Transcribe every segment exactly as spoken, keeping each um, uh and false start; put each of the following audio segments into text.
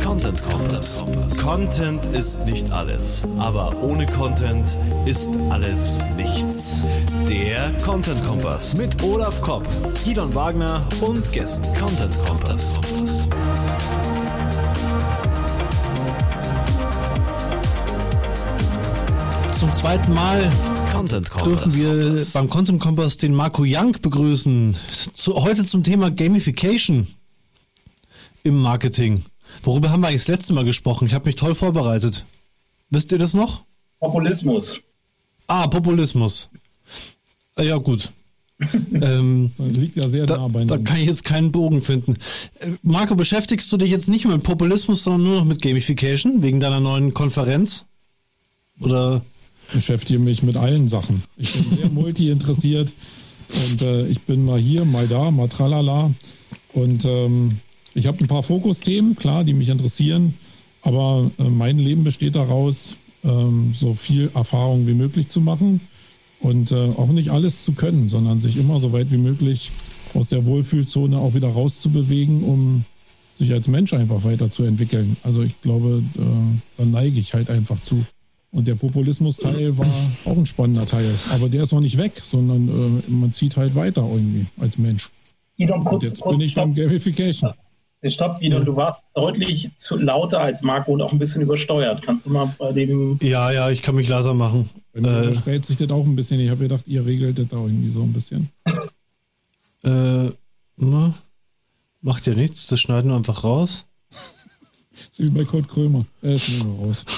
Content Kompass. Content ist nicht alles, aber ohne Content ist alles nichts. Der Content Kompass mit Olaf Kopp, Gidon Wagner und Gästen. Content Kompass. Zum zweiten Mal dürfen wir beim Content Kompass den Marco Young begrüßen. Zu, heute zum Thema Gamification im Marketing. Worüber haben wir eigentlich das letzte Mal gesprochen? Ich habe mich toll vorbereitet. Wisst ihr das noch? Populismus. Ah, Populismus. Ja, gut. ähm, das liegt ja sehr da, nah beieinander. Da kann ich jetzt keinen Bogen finden. Marco, beschäftigst du dich jetzt nicht mehr mit Populismus, sondern nur noch mit Gamification wegen deiner neuen Konferenz? Oder... Ich beschäftige mich mit allen Sachen. Ich bin sehr multi-interessiert und äh, ich bin mal hier, mal da, mal tralala. Und ähm, ich habe ein paar Fokusthemen, klar, die mich interessieren, aber äh, mein Leben besteht daraus, ähm, so viel Erfahrung wie möglich zu machen und äh, auch nicht alles zu können, sondern sich immer so weit wie möglich aus der Wohlfühlzone auch wieder rauszubewegen, um sich als Mensch einfach weiterzuentwickeln. Also ich glaube, äh, da neige ich halt einfach zu. Und der Populismus-Teil war auch ein spannender Teil. Aber der ist noch nicht weg, sondern äh, man zieht halt weiter irgendwie als Mensch. Gidon, kurz, und jetzt kurz, bin ich beim Gamification. Stopp, Gidon, du warst deutlich zu lauter als Marco und auch ein bisschen übersteuert. Kannst du mal bei dem... Ja, ja, ich kann mich leiser machen. Bei mir äh, überschreit sich das auch ein bisschen. Ich habe gedacht, ihr regelt das auch irgendwie so ein bisschen. äh, na, macht ja nichts, das schneiden wir einfach raus. So wie bei Kurt Krömer. Äh, schneiden wir raus.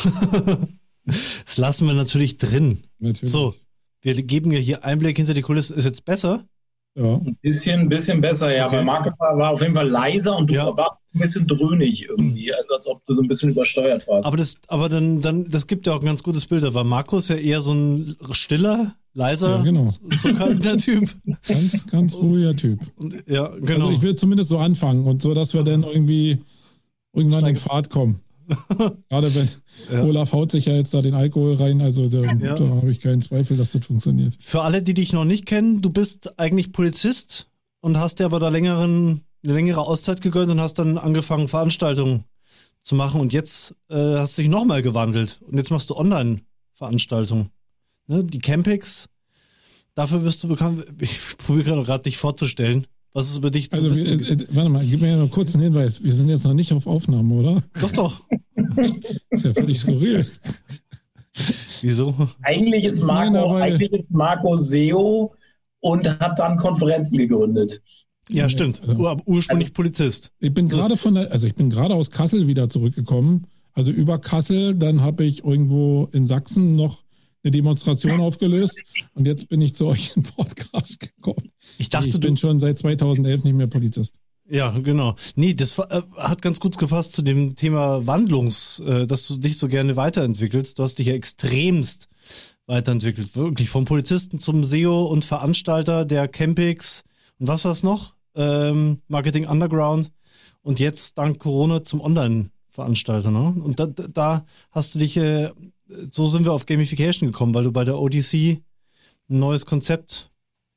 Das lassen wir natürlich drin. Natürlich. So, wir geben ja hier Einblick hinter die Kulissen. Ist jetzt besser? Ja. Ein bisschen, ein bisschen besser, ja. Okay. Aber Marco war, war auf jeden Fall leiser und du ja. warst ein bisschen dröhnig irgendwie, also als ob du so ein bisschen übersteuert warst. Aber das, aber dann, dann, das gibt ja auch ein ganz gutes Bild. Da war Markus ja eher so ein stiller, leiser, ja, genau. zurückhaltender Typ. Ganz, ganz ruhiger Typ. Und, ja, genau. Also ich will zumindest so anfangen und so, dass wir dann irgendwie irgendwann Steig- in Fahrt kommen. Gerade wenn ja. Olaf haut sich ja jetzt da den Alkohol rein, also da, ja. da habe ich keinen Zweifel, dass das funktioniert. Für alle, die dich noch nicht kennen, du bist eigentlich Polizist und hast dir aber da längeren, eine längere Auszeit gegönnt und hast dann angefangen, Veranstaltungen zu machen und jetzt äh, hast du dich nochmal gewandelt und jetzt machst du Online-Veranstaltungen. Ne? Die Campix, dafür bist du bekannt. Ich probiere gerade dich vorzustellen. Was ist über dich zu also, wissen? Wir, äh, warte mal, gib mir ja noch kurz einen Hinweis. Wir sind jetzt noch nicht auf Aufnahme, oder? Doch, doch. Das ist ja völlig skurril. Wieso? Eigentlich ist Marco, Nein, eigentlich ist Marco S E O und hat dann Konferenzen gegründet. Ja, stimmt. Also, ursprünglich also, Polizist. Ich bin so. gerade von der, also ich bin gerade aus Kassel wieder zurückgekommen. Also über Kassel, dann habe ich irgendwo in Sachsen noch eine Demonstration aufgelöst und jetzt bin ich zu euch im Podcast gekommen. Ich dachte, ich bin du schon seit zweitausendelf nicht mehr Polizist. Ja, genau. Nee, das war, äh, hat ganz gut gepasst zu dem Thema Wandlungs, äh, dass du dich so gerne weiterentwickelst. Du hast dich ja extremst weiterentwickelt. Wirklich vom Polizisten zum S E O und Veranstalter der Campix und was war's noch? Ähm, Marketing Underground und jetzt dank Corona zum Online-Veranstalter. Ne? Und da, da hast du dich, äh, so sind wir auf Gamification gekommen, weil du bei der O D C ein neues Konzept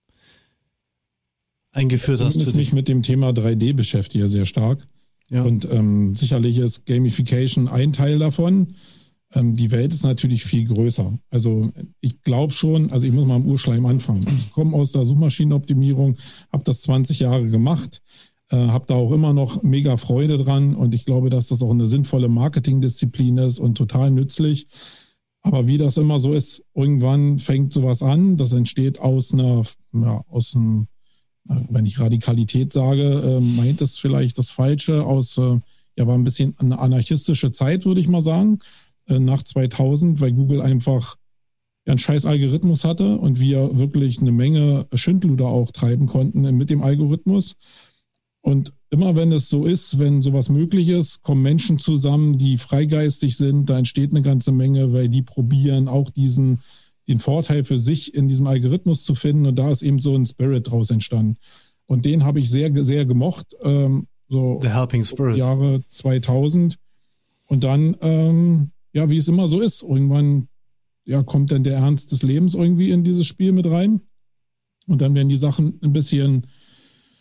eingeführt hast. Ich mich mit dem Thema drei D beschäftige sehr stark. Ja. Und ähm, sicherlich ist Gamification ein Teil davon. Ähm, die Welt ist natürlich viel größer. Also ich glaube schon, also ich muss mal am Urschleim anfangen. Ich komme aus der Suchmaschinenoptimierung, habe das zwanzig Jahre gemacht, äh, habe da auch immer noch mega Freude dran und ich glaube, dass das auch eine sinnvolle Marketingdisziplin ist und total nützlich. Aber wie das immer so ist, irgendwann fängt sowas an, das entsteht aus einer, ja, aus einem, wenn ich Radikalität sage, meint es vielleicht das Falsche, aus, ja, war ein bisschen eine anarchistische Zeit, würde ich mal sagen, nach zweitausend, weil Google einfach ja, einen scheiß Algorithmus hatte und wir wirklich eine Menge Schindluder auch treiben konnten mit dem Algorithmus. Und immer wenn es so ist, wenn sowas möglich ist, kommen Menschen zusammen, die freigeistig sind, da entsteht eine ganze Menge, weil die probieren auch diesen, den Vorteil für sich in diesem Algorithmus zu finden und da ist eben so ein Spirit draus entstanden. Und den habe ich sehr, sehr gemocht, ähm, so The Helping Spirit. Jahre zweitausend. Und dann, ähm, ja, wie es immer so ist, irgendwann ja, kommt dann der Ernst des Lebens irgendwie in dieses Spiel mit rein und dann werden die Sachen ein bisschen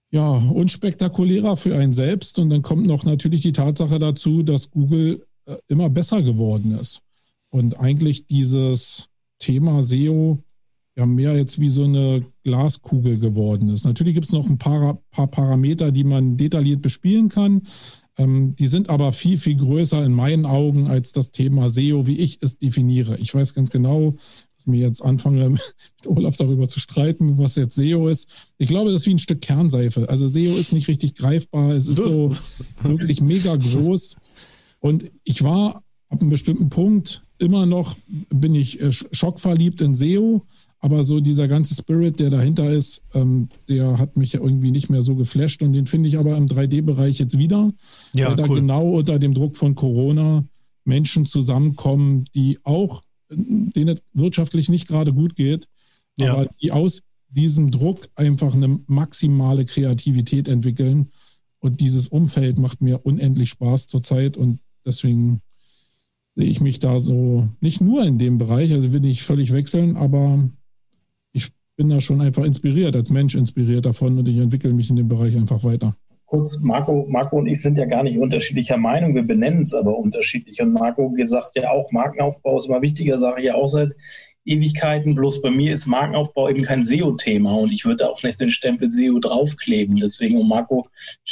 ja, unspektakulärer für einen selbst. Und dann kommt noch natürlich die Tatsache dazu, dass Google äh, immer besser geworden ist. Und eigentlich dieses Thema S E O ja mehr jetzt wie so eine Glaskugel geworden ist. Natürlich gibt es noch ein paar, paar Parameter, die man detailliert bespielen kann. Ähm, die sind aber viel, viel größer in meinen Augen als das Thema S E O, wie ich es definiere. Ich weiß ganz genau, ich mir jetzt anfange, mit Olaf darüber zu streiten, was jetzt S E O ist. Ich glaube, das ist wie ein Stück Kernseife. Also S E O ist nicht richtig greifbar. Es ist so wirklich mega groß. Und ich war ab einem bestimmten Punkt immer noch, bin ich äh, schockverliebt in S E O. Aber so dieser ganze Spirit, der dahinter ist, ähm, der hat mich ja irgendwie nicht mehr so geflasht. Und den finde ich aber im drei D-Bereich jetzt wieder. Ja, weil da cool. genau unter dem Druck von Corona Menschen zusammenkommen, die auch, denen es wirtschaftlich nicht gerade gut geht, Ja. aber die aus diesem Druck einfach eine maximale Kreativität entwickeln. Und dieses Umfeld macht mir unendlich Spaß zurzeit. Und deswegen sehe ich mich da so, nicht nur in dem Bereich, also will ich völlig wechseln, aber ich bin da schon einfach inspiriert, als Mensch inspiriert davon und ich entwickle mich in dem Bereich einfach weiter. Kurz, Marco, Marco und ich sind ja gar nicht unterschiedlicher Meinung, wir benennen es aber unterschiedlich. Und Marco gesagt ja auch, Markenaufbau ist immer wichtiger, sage ich ja auch seit Ewigkeiten. Bloß bei mir ist Markenaufbau eben kein S E O-Thema und ich würde auch nicht den Stempel S E O draufkleben. Deswegen, und Marco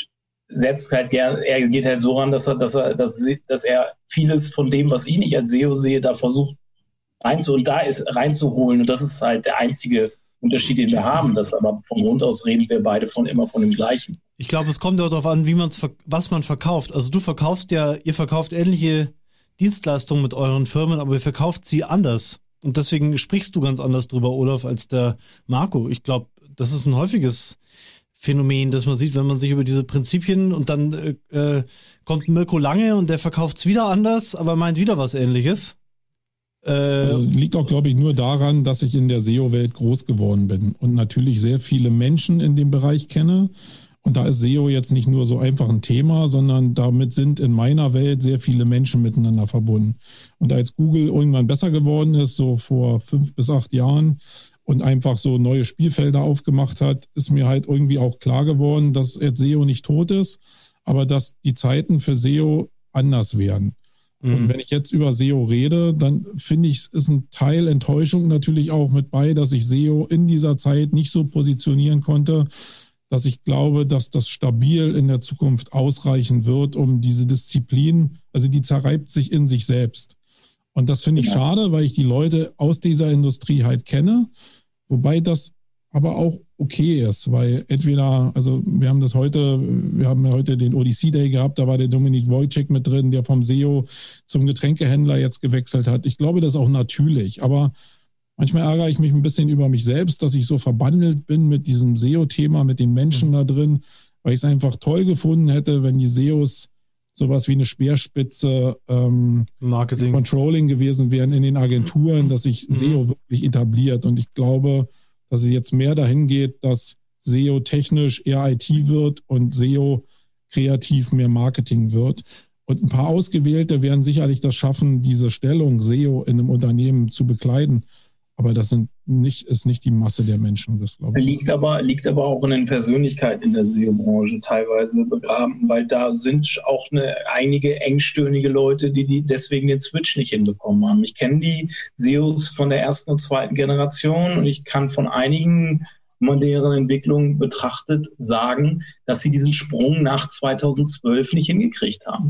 setzt halt gern, er geht halt so ran, dass er, dass er, dass, dass er vieles von dem, was ich nicht als S E O sehe, da versucht reinzu und da ist reinzuholen. Und das ist halt der einzige Unterschied, den wir haben. Das aber von Grund aus reden wir beide von immer von dem Gleichen. Ich glaube, es kommt ja darauf an, wie man's, was man verkauft. Also du verkaufst ja, ihr verkauft ähnliche Dienstleistungen mit euren Firmen, aber ihr verkauft sie anders. Und deswegen sprichst du ganz anders drüber, Olaf, als der Marco. Ich glaube, das ist ein häufiges Phänomen, das man sieht, wenn man sich über diese Prinzipien und dann äh, kommt Mirko Lange und der verkauft es wieder anders, aber meint wieder was Ähnliches. Äh, also liegt auch, glaube ich, nur daran, dass ich in der S E O-Welt groß geworden bin und natürlich sehr viele Menschen in dem Bereich kenne. Und da ist S E O jetzt nicht nur so einfach ein Thema, sondern damit sind in meiner Welt sehr viele Menschen miteinander verbunden. Und als Google irgendwann besser geworden ist, so vor fünf bis acht Jahren, und einfach so neue Spielfelder aufgemacht hat, ist mir halt irgendwie auch klar geworden, dass jetzt S E O nicht tot ist, aber dass die Zeiten für S E O anders werden. Mhm. Und wenn ich jetzt über S E O rede, dann finde ich, es ist ein Teil Enttäuschung natürlich auch mit bei, dass ich S E O in dieser Zeit nicht so positionieren konnte, dass ich glaube, dass das stabil in der Zukunft ausreichen wird, um diese Disziplin, also die zerreibt sich in sich selbst. Und das finde ich Ja. schade, weil ich die Leute aus dieser Industrie halt kenne, wobei das aber auch okay ist, weil entweder, also wir haben das heute, wir haben ja heute den Odyssey Day gehabt, da war der Dominik Wojcik mit drin, der vom S E O zum Getränkehändler jetzt gewechselt hat. Ich glaube, das ist auch natürlich, aber manchmal ärgere ich mich ein bisschen über mich selbst, dass ich so verbandelt bin mit diesem S E O-Thema, mit den Menschen da drin, weil ich es einfach toll gefunden hätte, wenn die S E Os sowas wie eine Speerspitze ähm, Marketing, Controlling gewesen wären in den Agenturen, dass sich S E O wirklich etabliert. Und ich glaube, dass es jetzt mehr dahin geht, dass S E O technisch eher I T wird und S E O kreativ mehr Marketing wird. Und ein paar Ausgewählte werden sicherlich das schaffen, diese Stellung S E O in einem Unternehmen zu bekleiden. Aber das sind nicht, ist nicht die Masse der Menschen, das glaube ich. Liegt aber, liegt aber auch in den Persönlichkeiten in der S E O-Branche teilweise begraben, weil da sind auch eine, einige engstirnige Leute, die, die deswegen den Switch nicht hinbekommen haben. Ich kenne die S E Os von der ersten und zweiten Generation und ich kann von einigen, wenn man deren Entwicklung betrachtet, sagen, dass sie diesen Sprung nach zweitausendzwölf nicht hingekriegt haben.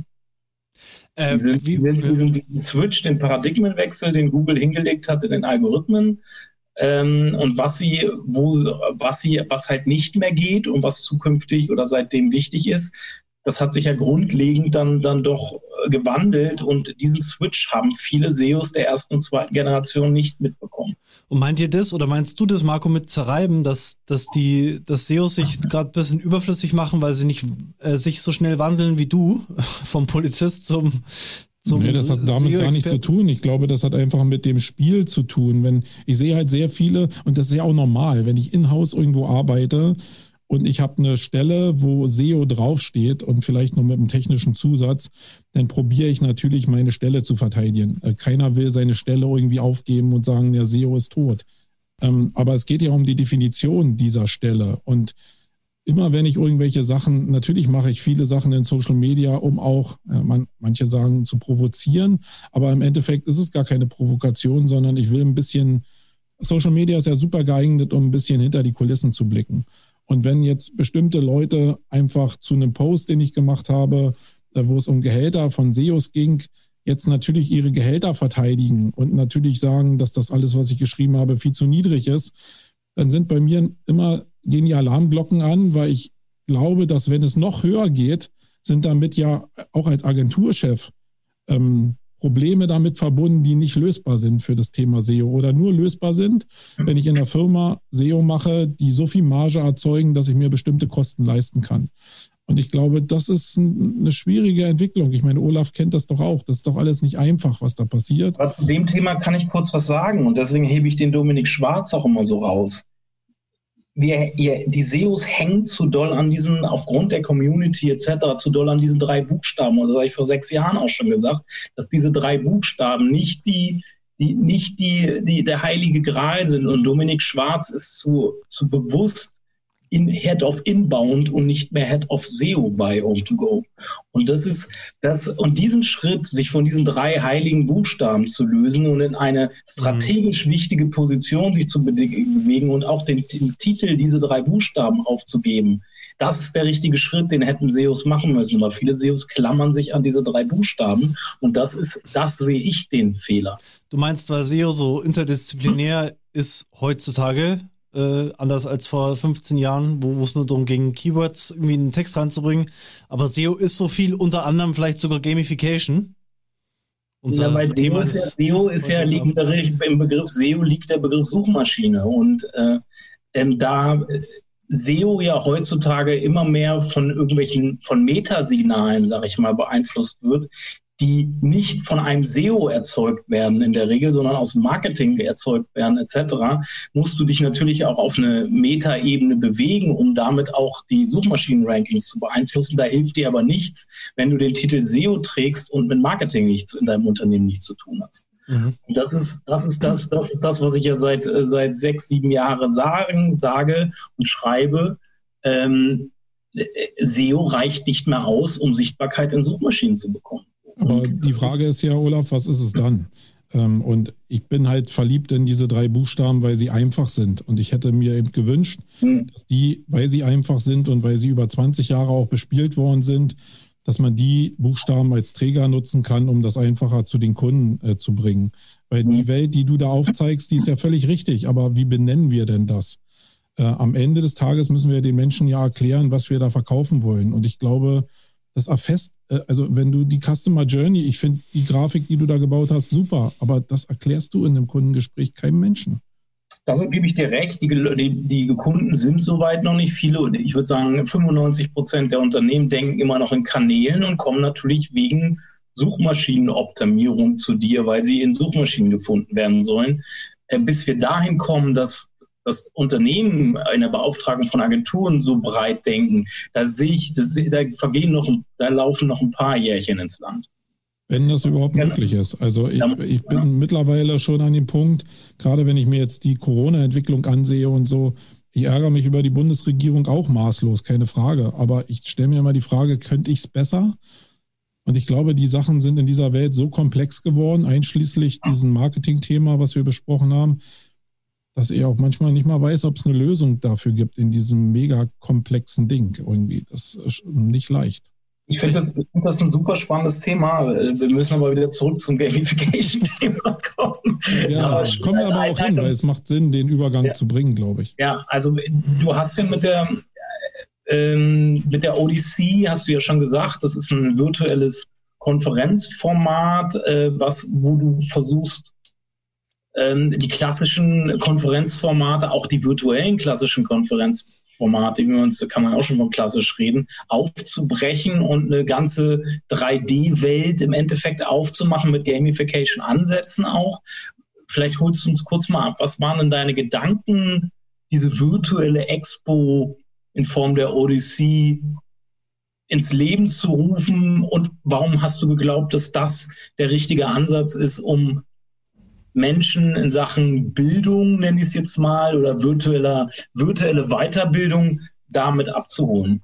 Äh, Die sind, wie, die sind, die sind diesen Switch, den Paradigmenwechsel, den Google hingelegt hat in den Algorithmen ähm, und was sie, wo, was sie, was halt nicht mehr geht und was zukünftig oder seitdem wichtig ist, das hat sich ja grundlegend dann, dann doch gewandelt und diesen Switch haben viele S E Os der ersten und zweiten Generation nicht mitbekommen. Und meint ihr das oder meinst du das, Marco, mit zerreiben, dass, dass die dass S E Os sich gerade ein bisschen überflüssig machen, weil sie nicht äh, sich so schnell wandeln wie du, vom Polizist zum zum Nee, das hat damit S E O-Experten? gar nichts zu tun. Ich glaube, das hat einfach mit dem Spiel zu tun. Wenn ich sehe halt sehr viele, und das ist ja auch normal, wenn ich in-house irgendwo arbeite und ich habe eine Stelle, wo S E O draufsteht und vielleicht noch mit einem technischen Zusatz, dann probiere ich natürlich, meine Stelle zu verteidigen. Keiner will seine Stelle irgendwie aufgeben und sagen, der S E O ist tot. Aber es geht ja um die Definition dieser Stelle. Und immer wenn ich irgendwelche Sachen, natürlich mache ich viele Sachen in Social Media, um auch, äh, man, manche sagen, zu provozieren, aber im Endeffekt ist es gar keine Provokation, sondern ich will ein bisschen, Social Media ist ja super geeignet, um ein bisschen hinter die Kulissen zu blicken. Und wenn jetzt bestimmte Leute einfach zu einem Post, den ich gemacht habe, wo es um Gehälter von S E Os ging, jetzt natürlich ihre Gehälter verteidigen und natürlich sagen, dass das alles, was ich geschrieben habe, viel zu niedrig ist, dann sind bei mir immer, gehen die Alarmglocken an, weil ich glaube, dass wenn es noch höher geht, sind damit ja auch als Agenturchef ähm, Probleme damit verbunden, die nicht lösbar sind für das Thema S E O oder nur lösbar sind, wenn ich in der Firma S E O mache, die so viel Marge erzeugen, dass ich mir bestimmte Kosten leisten kann. Und ich glaube, das ist eine schwierige Entwicklung. Ich meine, Olaf kennt das doch auch. Das ist doch alles nicht einfach, was da passiert. Aber zu dem Thema kann ich kurz was sagen. Und deswegen hebe ich den Dominik Schwarz auch immer so raus. Wir, ihr, die S E Os hängen zu doll an diesen, aufgrund der Community et cetera, zu doll an diesen drei Buchstaben. Und das habe ich vor sechs Jahren auch schon gesagt, dass diese drei Buchstaben nicht die, die, nicht die, die der heilige Gral sind. Und Dominik Schwarz ist zu, zu bewusst in Head of Inbound und nicht mehr Head of S E O bei Home to Go. Und das ist das, und diesen Schritt, sich von diesen drei heiligen Buchstaben zu lösen und in eine strategisch mhm. wichtige Position sich zu bewegen und auch den, den Titel, diese drei Buchstaben aufzugeben, das ist der richtige Schritt, den hätten S E Os machen müssen, weil viele S E Os klammern sich an diese drei Buchstaben und das ist, das sehe ich den Fehler. Du meinst, weil S E O so interdisziplinär hm. ist heutzutage, Äh, anders als vor fünfzehn Jahren, wo es nur darum ging, Keywords irgendwie in den Text reinzubringen. Aber S E O ist so viel, unter anderem vielleicht sogar Gamification. Unser ja, weil Thema ist ja, S E O ist ja, liegt im Begriff S E O liegt der Begriff Suchmaschine. Und äh, ähm, da S E O ja heutzutage immer mehr von irgendwelchen, von Metasignalen, sag ich mal, beeinflusst wird, die nicht von einem S E O erzeugt werden in der Regel, sondern aus Marketing erzeugt werden et cetera, musst du dich natürlich auch auf eine Meta-Ebene bewegen, um damit auch die Suchmaschinen-Rankings zu beeinflussen. Da hilft dir aber nichts, wenn du den Titel S E O trägst und mit Marketing nichts in deinem Unternehmen nichts zu tun hast. Mhm. Und das ist, das ist das, das ist das, was ich ja seit, seit sechs, sieben Jahren sagen, sage und schreibe. Ähm, S E O reicht nicht mehr aus, um Sichtbarkeit in Suchmaschinen zu bekommen. Aber die Frage ist ja, Olaf, was ist es dann? Und ich bin halt verliebt in diese drei Buchstaben, weil sie einfach sind. Und ich hätte mir eben gewünscht, dass die, weil sie einfach sind und weil sie über zwanzig Jahre auch bespielt worden sind, dass man die Buchstaben als Träger nutzen kann, um das einfacher zu den Kunden äh, zu bringen. Weil die Welt, die du da aufzeigst, die ist ja völlig richtig. Aber wie benennen wir denn das? Äh, am Ende des Tages müssen wir den Menschen ja erklären, was wir da verkaufen wollen. Und ich glaube, das erfasst, also wenn du die Customer Journey, ich finde die Grafik, die du da gebaut hast, super, aber das erklärst du in einem Kundengespräch keinem Menschen. Also gebe ich dir recht, die, die, die Kunden sind soweit noch nicht viele. Ich würde sagen, fünfundneunzig Prozent der Unternehmen denken immer noch in Kanälen und kommen natürlich wegen Suchmaschinenoptimierung zu dir, weil sie in Suchmaschinen gefunden werden sollen. Bis wir dahin kommen, dass das Unternehmen in der Beauftragung von Agenturen so breit denken, da sehe ich, das, da vergehen noch, da laufen noch ein paar Jährchen ins Land. Wenn das überhaupt ja. möglich ist. Also ich, ich bin ja. mittlerweile schon an dem Punkt, gerade wenn ich mir jetzt die Corona-Entwicklung ansehe und so, ich ärgere mich über die Bundesregierung auch maßlos, keine Frage. Aber ich stelle mir immer die Frage, könnte ich es besser? Und ich glaube, die Sachen sind in dieser Welt so komplex geworden, einschließlich diesem Marketing-Thema, was wir besprochen haben, dass ich auch manchmal nicht mal weiß, ob es eine Lösung dafür gibt in diesem mega komplexen Ding irgendwie. Das ist nicht leicht. Ich finde das, find das ein super spannendes Thema. Wir müssen aber wieder zurück zum Gamification-Thema kommen. Ja, aber kommen wir aber auch hin, weil es macht Sinn, den Übergang ja. zu bringen, glaube ich. Ja, also du hast ja mit der, ähm, mit der O D C, hast du ja schon gesagt, das ist ein virtuelles Konferenzformat, äh, was, wo du versuchst, die klassischen Konferenzformate, auch die virtuellen klassischen Konferenzformate, wie man uns, da kann man auch schon von klassisch reden, aufzubrechen und eine ganze drei D-Welt im Endeffekt aufzumachen mit Gamification-Ansätzen auch. Vielleicht holst du uns kurz mal ab, was waren denn deine Gedanken, diese virtuelle Expo in Form der O D C ins Leben zu rufen und warum hast du geglaubt, dass das der richtige Ansatz ist, um Menschen in Sachen Bildung, nenne ich es jetzt mal, oder virtueller, virtuelle Weiterbildung damit abzuholen?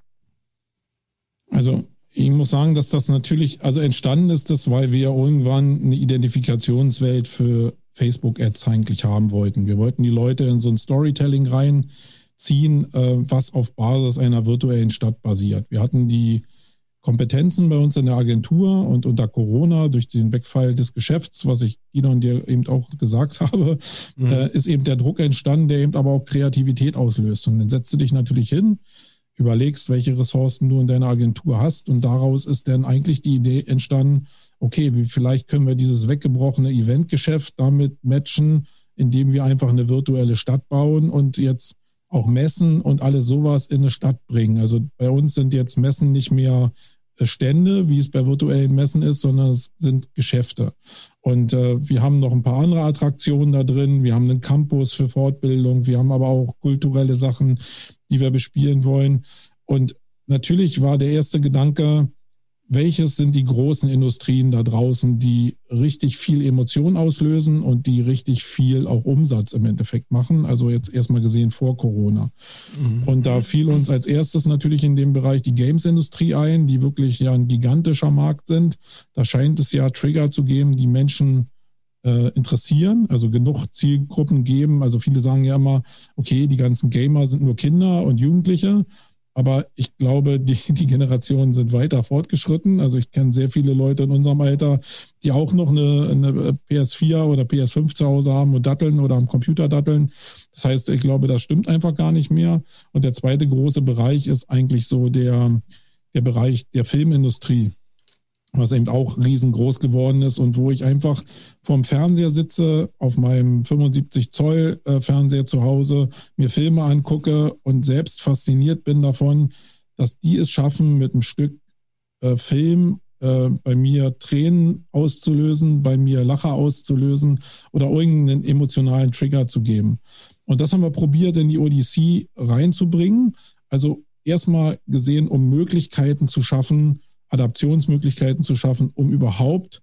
Also ich muss sagen, dass das natürlich, also entstanden ist das, weil wir irgendwann eine Identifikationswelt für Facebook-Ads eigentlich haben wollten. Wir wollten die Leute in so ein Storytelling reinziehen, was auf Basis einer virtuellen Stadt basiert. Wir hatten die Kompetenzen bei uns in der Agentur und unter Corona durch den Wegfall des Geschäfts, was ich Gidon dir eben auch gesagt habe, mhm. äh, ist eben der Druck entstanden, der eben aber auch Kreativität auslöst. Und dann setzt du dich natürlich hin, überlegst, welche Ressourcen du in deiner Agentur hast und daraus ist dann eigentlich die Idee entstanden, okay, wie vielleicht können wir dieses weggebrochene Eventgeschäft damit matchen, indem wir einfach eine virtuelle Stadt bauen und jetzt auch Messen und alles sowas in eine Stadt bringen. Also bei uns sind jetzt Messen nicht mehr Stände, wie es bei virtuellen Messen ist, sondern es sind Geschäfte. Und äh, wir haben noch ein paar andere Attraktionen da drin. Wir haben einen Campus für Fortbildung. Wir haben aber auch kulturelle Sachen, die wir bespielen wollen. Und natürlich war der erste Gedanke, welches sind die großen Industrien da draußen, die richtig viel Emotion auslösen und die richtig viel auch Umsatz im Endeffekt machen. Also jetzt erstmal gesehen vor Corona. Mhm. Und da fiel uns als erstes natürlich in dem Bereich die Games-Industrie ein, die wirklich ja ein gigantischer Markt sind. Da scheint es ja Trigger zu geben, die Menschen äh, interessieren, also genug Zielgruppen geben. Also viele sagen ja immer, okay, die ganzen Gamer sind nur Kinder und Jugendliche. Aber ich glaube, die, die Generationen sind weiter fortgeschritten. Also ich kenne sehr viele Leute in unserem Alter, die auch noch eine, eine P S vier oder P S fünf zu Hause haben und datteln oder am Computer datteln. Das heißt, ich glaube, das stimmt einfach gar nicht mehr. Und der zweite große Bereich ist eigentlich so der, der Bereich der Filmindustrie, was eben auch riesengroß geworden ist und wo ich einfach vorm Fernseher sitze, auf meinem fünfundsiebzig Zoll äh, Fernseher zu Hause, mir Filme angucke und selbst fasziniert bin davon, dass die es schaffen, mit einem Stück äh, Film äh, bei mir Tränen auszulösen, bei mir Lacher auszulösen oder irgendeinen emotionalen Trigger zu geben. Und das haben wir probiert, in die O D C reinzubringen. Also erstmal gesehen, um Möglichkeiten zu schaffen, Adaptionsmöglichkeiten zu schaffen, um überhaupt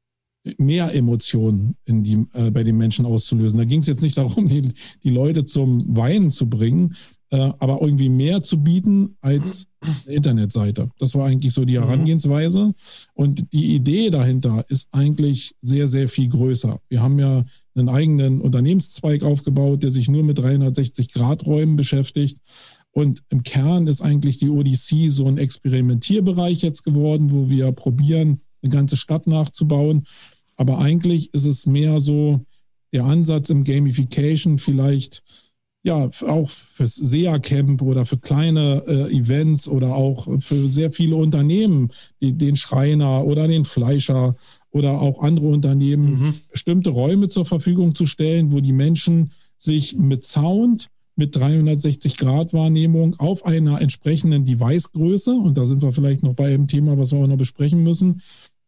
mehr Emotionen in die, äh, bei den Menschen auszulösen. Da ging es jetzt nicht darum, die, die Leute zum Weinen zu bringen, äh, aber irgendwie mehr zu bieten als eine Internetseite. Das war eigentlich so die Herangehensweise. Und die Idee dahinter ist eigentlich sehr, sehr viel größer. Wir haben ja einen eigenen Unternehmenszweig aufgebaut, der sich nur mit dreihundertsechzig Grad Räumen beschäftigt. Und im Kern ist eigentlich die O D C so ein Experimentierbereich jetzt geworden, wo wir probieren, eine ganze Stadt nachzubauen. Aber eigentlich ist es mehr so der Ansatz im Gamification, vielleicht ja auch fürs S E A-Camp oder für kleine äh, Events oder auch für sehr viele Unternehmen, die, den Schreiner oder den Fleischer oder auch andere Unternehmen, mhm. bestimmte Räume zur Verfügung zu stellen, wo die Menschen sich mit Sound, mit dreihundertsechzig Grad Wahrnehmung auf einer entsprechenden Device-Größe, und da sind wir vielleicht noch bei einem Thema, was wir auch noch besprechen müssen,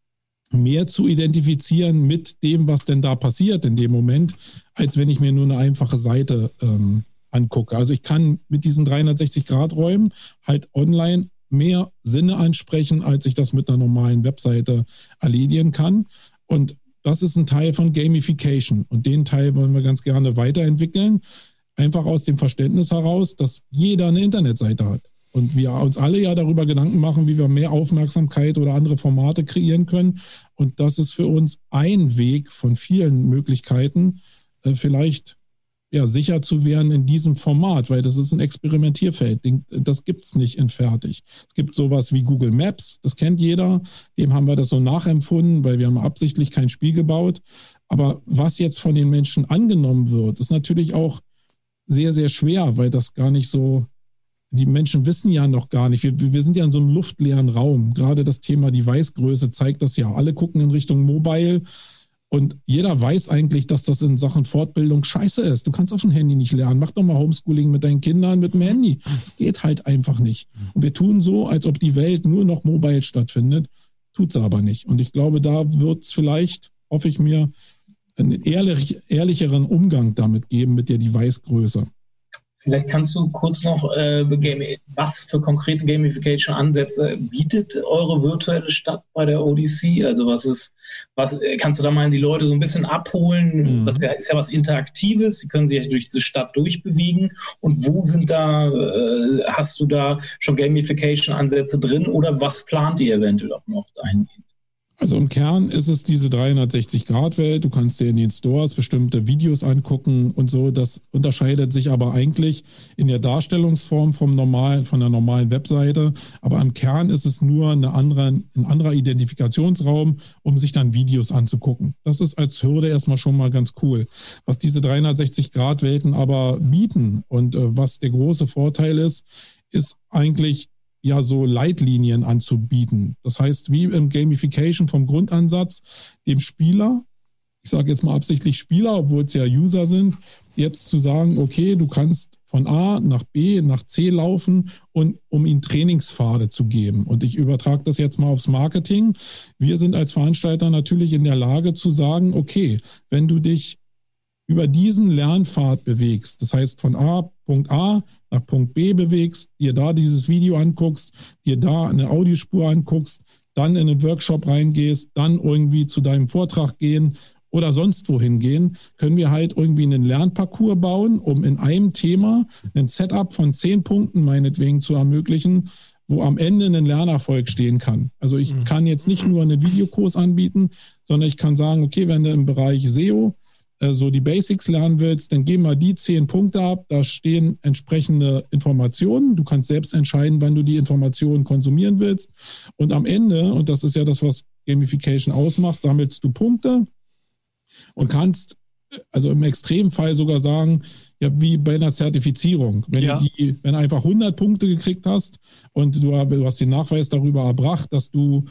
mehr zu identifizieren mit dem, was denn da passiert in dem Moment, als wenn ich mir nur eine einfache Seite ähm, angucke. Also ich kann mit diesen dreihundertsechzig Grad Räumen halt online mehr Sinne ansprechen, als ich das mit einer normalen Webseite erledigen kann. Und das ist ein Teil von Gamification. Und den Teil wollen wir ganz gerne weiterentwickeln. Einfach aus dem Verständnis heraus, dass jeder eine Internetseite hat. Und wir uns alle ja darüber Gedanken machen, wie wir mehr Aufmerksamkeit oder andere Formate kreieren können. Und das ist für uns ein Weg von vielen Möglichkeiten, vielleicht ja, sicher zu werden in diesem Format, weil das ist ein Experimentierfeld. Das gibt es nicht in fertig. Es gibt sowas wie Google Maps, das kennt jeder. Dem haben wir das so nachempfunden, weil wir haben absichtlich kein Spiel gebaut. Aber was jetzt von den Menschen angenommen wird, ist natürlich auch sehr, sehr schwer, weil das gar nicht so, die Menschen wissen ja noch gar nicht, wir, wir sind ja in so einem luftleeren Raum. Gerade das Thema Device-Größe zeigt das ja. Alle gucken in Richtung Mobile und jeder weiß eigentlich, dass das in Sachen Fortbildung scheiße ist. Du kannst auf dem Handy nicht lernen. Mach doch mal Homeschooling mit deinen Kindern mit dem Handy. Das geht halt einfach nicht. Und wir tun so, als ob die Welt nur noch mobile stattfindet. Tut sie aber nicht. Und ich glaube, da wird es vielleicht, hoffe ich mir, einen ehrlich, ehrlicheren Umgang damit geben mit der Device-Größe. Vielleicht kannst du kurz noch, äh, was für konkrete Gamification-Ansätze bietet eure virtuelle Stadt bei der O D C? Also was ist, was kannst du da mal die Leute so ein bisschen abholen? Mhm. Das ist ja was Interaktives, sie können sich durch diese Stadt durchbewegen. Und wo sind da, äh, hast du da schon Gamification-Ansätze drin oder was plant ihr eventuell auch noch dahingehend? Also im Kern ist es diese dreihundertsechzig-Grad-Welt. Du kannst dir in den Stores bestimmte Videos angucken und so. Das unterscheidet sich aber eigentlich in der Darstellungsform vom normalen, von der normalen Webseite. Aber im Kern ist es nur eine andere, ein anderer Identifikationsraum, um sich dann Videos anzugucken. Das ist als Hürde erstmal schon mal ganz cool. Was diese dreihundertsechzig-Grad-Welten aber bieten und äh, was der große Vorteil ist, ist eigentlich ja so Leitlinien anzubieten. Das heißt, wie im Gamification vom Grundansatz, dem Spieler, ich sage jetzt mal absichtlich Spieler, obwohl es ja User sind, jetzt zu sagen, okay, du kannst von A nach B nach C laufen, und um ihnen Trainingspfade zu geben. Und ich übertrage das jetzt mal aufs Marketing. Wir sind als Veranstalter natürlich in der Lage zu sagen, okay, wenn du dich über diesen Lernpfad bewegst, das heißt von A, Punkt A nach Punkt B bewegst, dir da dieses Video anguckst, dir da eine Audiospur anguckst, dann in einen Workshop reingehst, dann irgendwie zu deinem Vortrag gehen oder sonst wohin gehen, können wir halt irgendwie einen Lernparcours bauen, um in einem Thema ein Setup von zehn Punkten meinetwegen zu ermöglichen, wo am Ende ein Lernerfolg stehen kann. Also ich mhm. kann jetzt nicht nur einen Videokurs anbieten, sondern ich kann sagen, okay, wenn du im Bereich S E O so die Basics lernen willst, dann geben wir die zehn Punkte ab, da stehen entsprechende Informationen. Du kannst selbst entscheiden, wann du die Informationen konsumieren willst. Und am Ende, und das ist ja das, was Gamification ausmacht, sammelst du Punkte und kannst also im Extremfall sogar sagen, ja, wie bei einer Zertifizierung. Wenn, ja. du die, wenn du einfach hundert Punkte gekriegt hast und du, du hast den Nachweis darüber erbracht, dass du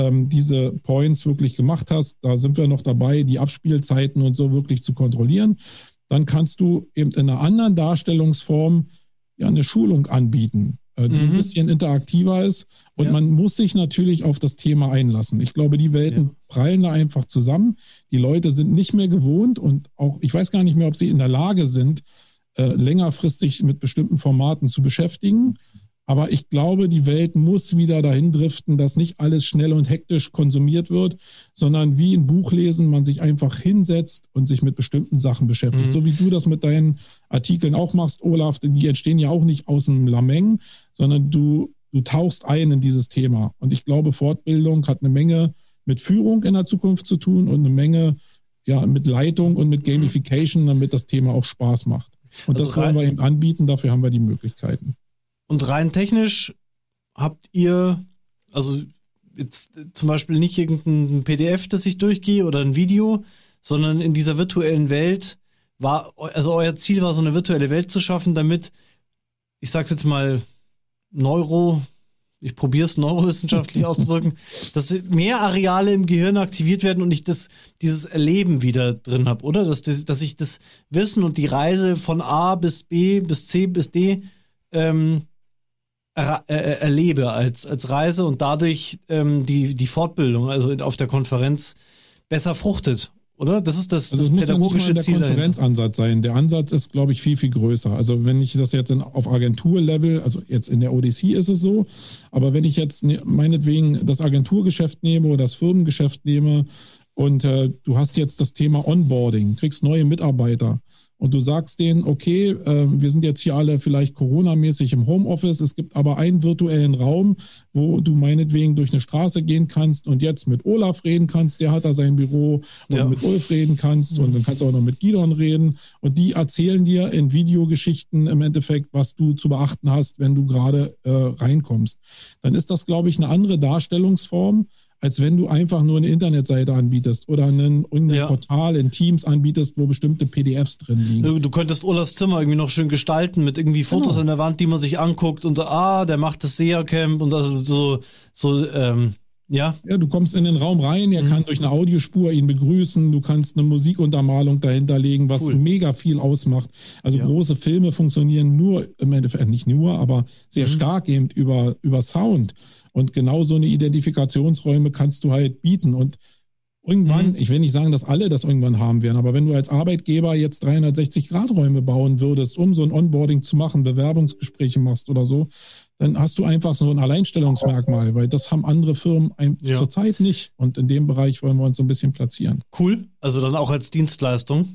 diese Points wirklich gemacht hast, da sind wir noch dabei, die Abspielzeiten und so wirklich zu kontrollieren, dann kannst du eben in einer anderen Darstellungsform ja eine Schulung anbieten, die mhm. ein bisschen interaktiver ist, und ja. man muss sich natürlich auf das Thema einlassen. Ich glaube, die Welten ja. prallen da einfach zusammen. Die Leute sind nicht mehr gewohnt, und auch, ich weiß gar nicht mehr, ob sie in der Lage sind, äh, längerfristig mit bestimmten Formaten zu beschäftigen. Aber ich glaube, die Welt muss wieder dahin driften, dass nicht alles schnell und hektisch konsumiert wird, sondern wie ein Buch lesen, man sich einfach hinsetzt und sich mit bestimmten Sachen beschäftigt. Mhm. So wie du das mit deinen Artikeln auch machst, Olaf, die entstehen ja auch nicht aus dem Lameng, sondern du, du tauchst ein in dieses Thema. Und ich glaube, Fortbildung hat eine Menge mit Führung in der Zukunft zu tun und eine Menge ja, mit Leitung und mit Gamification, damit das Thema auch Spaß macht. Und also das wollen wir eben anbieten, dafür haben wir die Möglichkeiten. Und rein technisch habt ihr, also jetzt zum Beispiel nicht irgendein P D F, das ich durchgehe oder ein Video, sondern in dieser virtuellen Welt war, also euer Ziel war, so eine virtuelle Welt zu schaffen, damit, ich sag's jetzt mal, Neuro, ich probiere es neurowissenschaftlich auszudrücken, dass mehr Areale im Gehirn aktiviert werden und ich das, dieses Erleben wieder drin habe, oder? Dass, das, dass ich das Wissen und die Reise von A bis B bis C bis D ähm, er, er, erlebe als, als Reise und dadurch ähm, die, die Fortbildung, also auf der Konferenz, besser fruchtet. Oder? Das ist das, also das muss pädagogische ja nicht Ziel der Konferenzansatz dahinter sein. Der Ansatz ist, glaube ich, viel, viel größer. Also wenn ich das jetzt in, auf Agenturlevel, also jetzt in der O D C ist es so, aber wenn ich jetzt ne, meinetwegen das Agenturgeschäft nehme oder das Firmengeschäft nehme und äh, du hast jetzt das Thema Onboarding, kriegst neue Mitarbeiter, und du sagst denen, okay, äh, wir sind jetzt hier alle vielleicht Corona-mäßig im Homeoffice, es gibt aber einen virtuellen Raum, wo du meinetwegen durch eine Straße gehen kannst und jetzt mit Olaf reden kannst, der hat da sein Büro, und ja. mit Ulf reden kannst mhm. und dann kannst du auch noch mit Gidon reden, und die erzählen dir in Videogeschichten im Endeffekt, was du zu beachten hast, wenn du gerade äh, reinkommst. Dann ist das, glaube ich, eine andere Darstellungsform, als wenn du einfach nur eine Internetseite anbietest oder ein ja. Portal in Teams anbietest, wo bestimmte P D Fs drin liegen. Du könntest Olafs Zimmer irgendwie noch schön gestalten mit irgendwie Fotos genau. an der Wand, die man sich anguckt und so, ah, der macht das S E A-Camp und also so, so, ähm, ja. Ja, du kommst in den Raum rein, er mhm. kann durch eine Audiospur ihn begrüßen, du kannst eine Musikuntermalung dahinter legen, was cool. mega viel ausmacht. Also ja. große Filme funktionieren nur, im Endeffekt nicht nur, aber sehr mhm. stark eben über, über Sound. Und genau so eine Identifikationsräume kannst du halt bieten. Und Irgendwann, Mhm. ich will nicht sagen, dass alle das irgendwann haben werden, aber wenn du als Arbeitgeber jetzt dreihundertsechzig-Grad-Räume bauen würdest, um so ein Onboarding zu machen, Bewerbungsgespräche machst oder so, dann hast du einfach so ein Alleinstellungsmerkmal, weil das haben andere Firmen ein, Ja. zurzeit nicht. Und in dem Bereich wollen wir uns so ein bisschen platzieren. Cool. Also dann auch als Dienstleistung.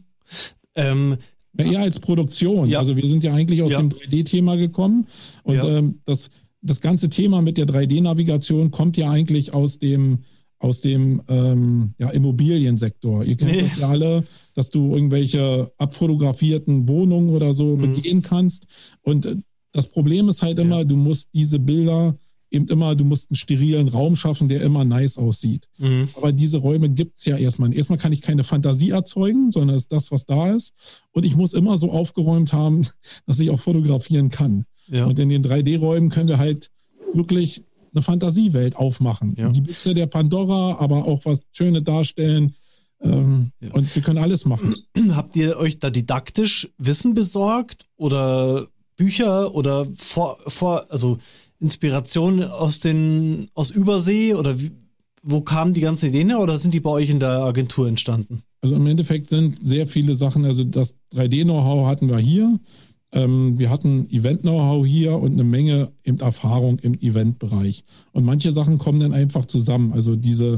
Ähm, Ja, eher als Produktion. Ja. Also wir sind ja eigentlich aus Ja. dem drei D-Thema gekommen. Und Ja. ähm, das, das ganze Thema mit der drei D-Navigation kommt ja eigentlich aus dem aus dem ähm, ja, Immobiliensektor. Ihr kennt Nee. das ja alle, dass du irgendwelche abfotografierten Wohnungen oder so Mhm. begehen kannst. Und äh, das Problem ist halt immer, Ja. du musst diese Bilder eben immer, du musst einen sterilen Raum schaffen, der immer nice aussieht. mhm. Aber diese Räume gibt es ja erstmal. Erstmal kann ich keine Fantasie erzeugen, sondern es ist das, was da ist. Und ich muss immer so aufgeräumt haben, dass ich auch fotografieren kann. Ja. Und in den drei D-Räumen können wir halt wirklich eine Fantasiewelt aufmachen. Ja. Die Büchse der Pandora, aber auch was Schönes darstellen. Ähm, Ja. Und wir können alles machen. Habt ihr euch da didaktisch Wissen besorgt oder Bücher oder vor, vor also Inspiration aus den aus Übersee oder wie, wo kamen die ganzen Ideen her oder sind die bei euch in der Agentur entstanden? Also im Endeffekt sind sehr viele Sachen, also das drei D-Know-how hatten wir hier. Ähm, wir hatten Event-Know-how hier und eine Menge eben Erfahrung im Eventbereich. Und manche Sachen kommen dann einfach zusammen. Also diese,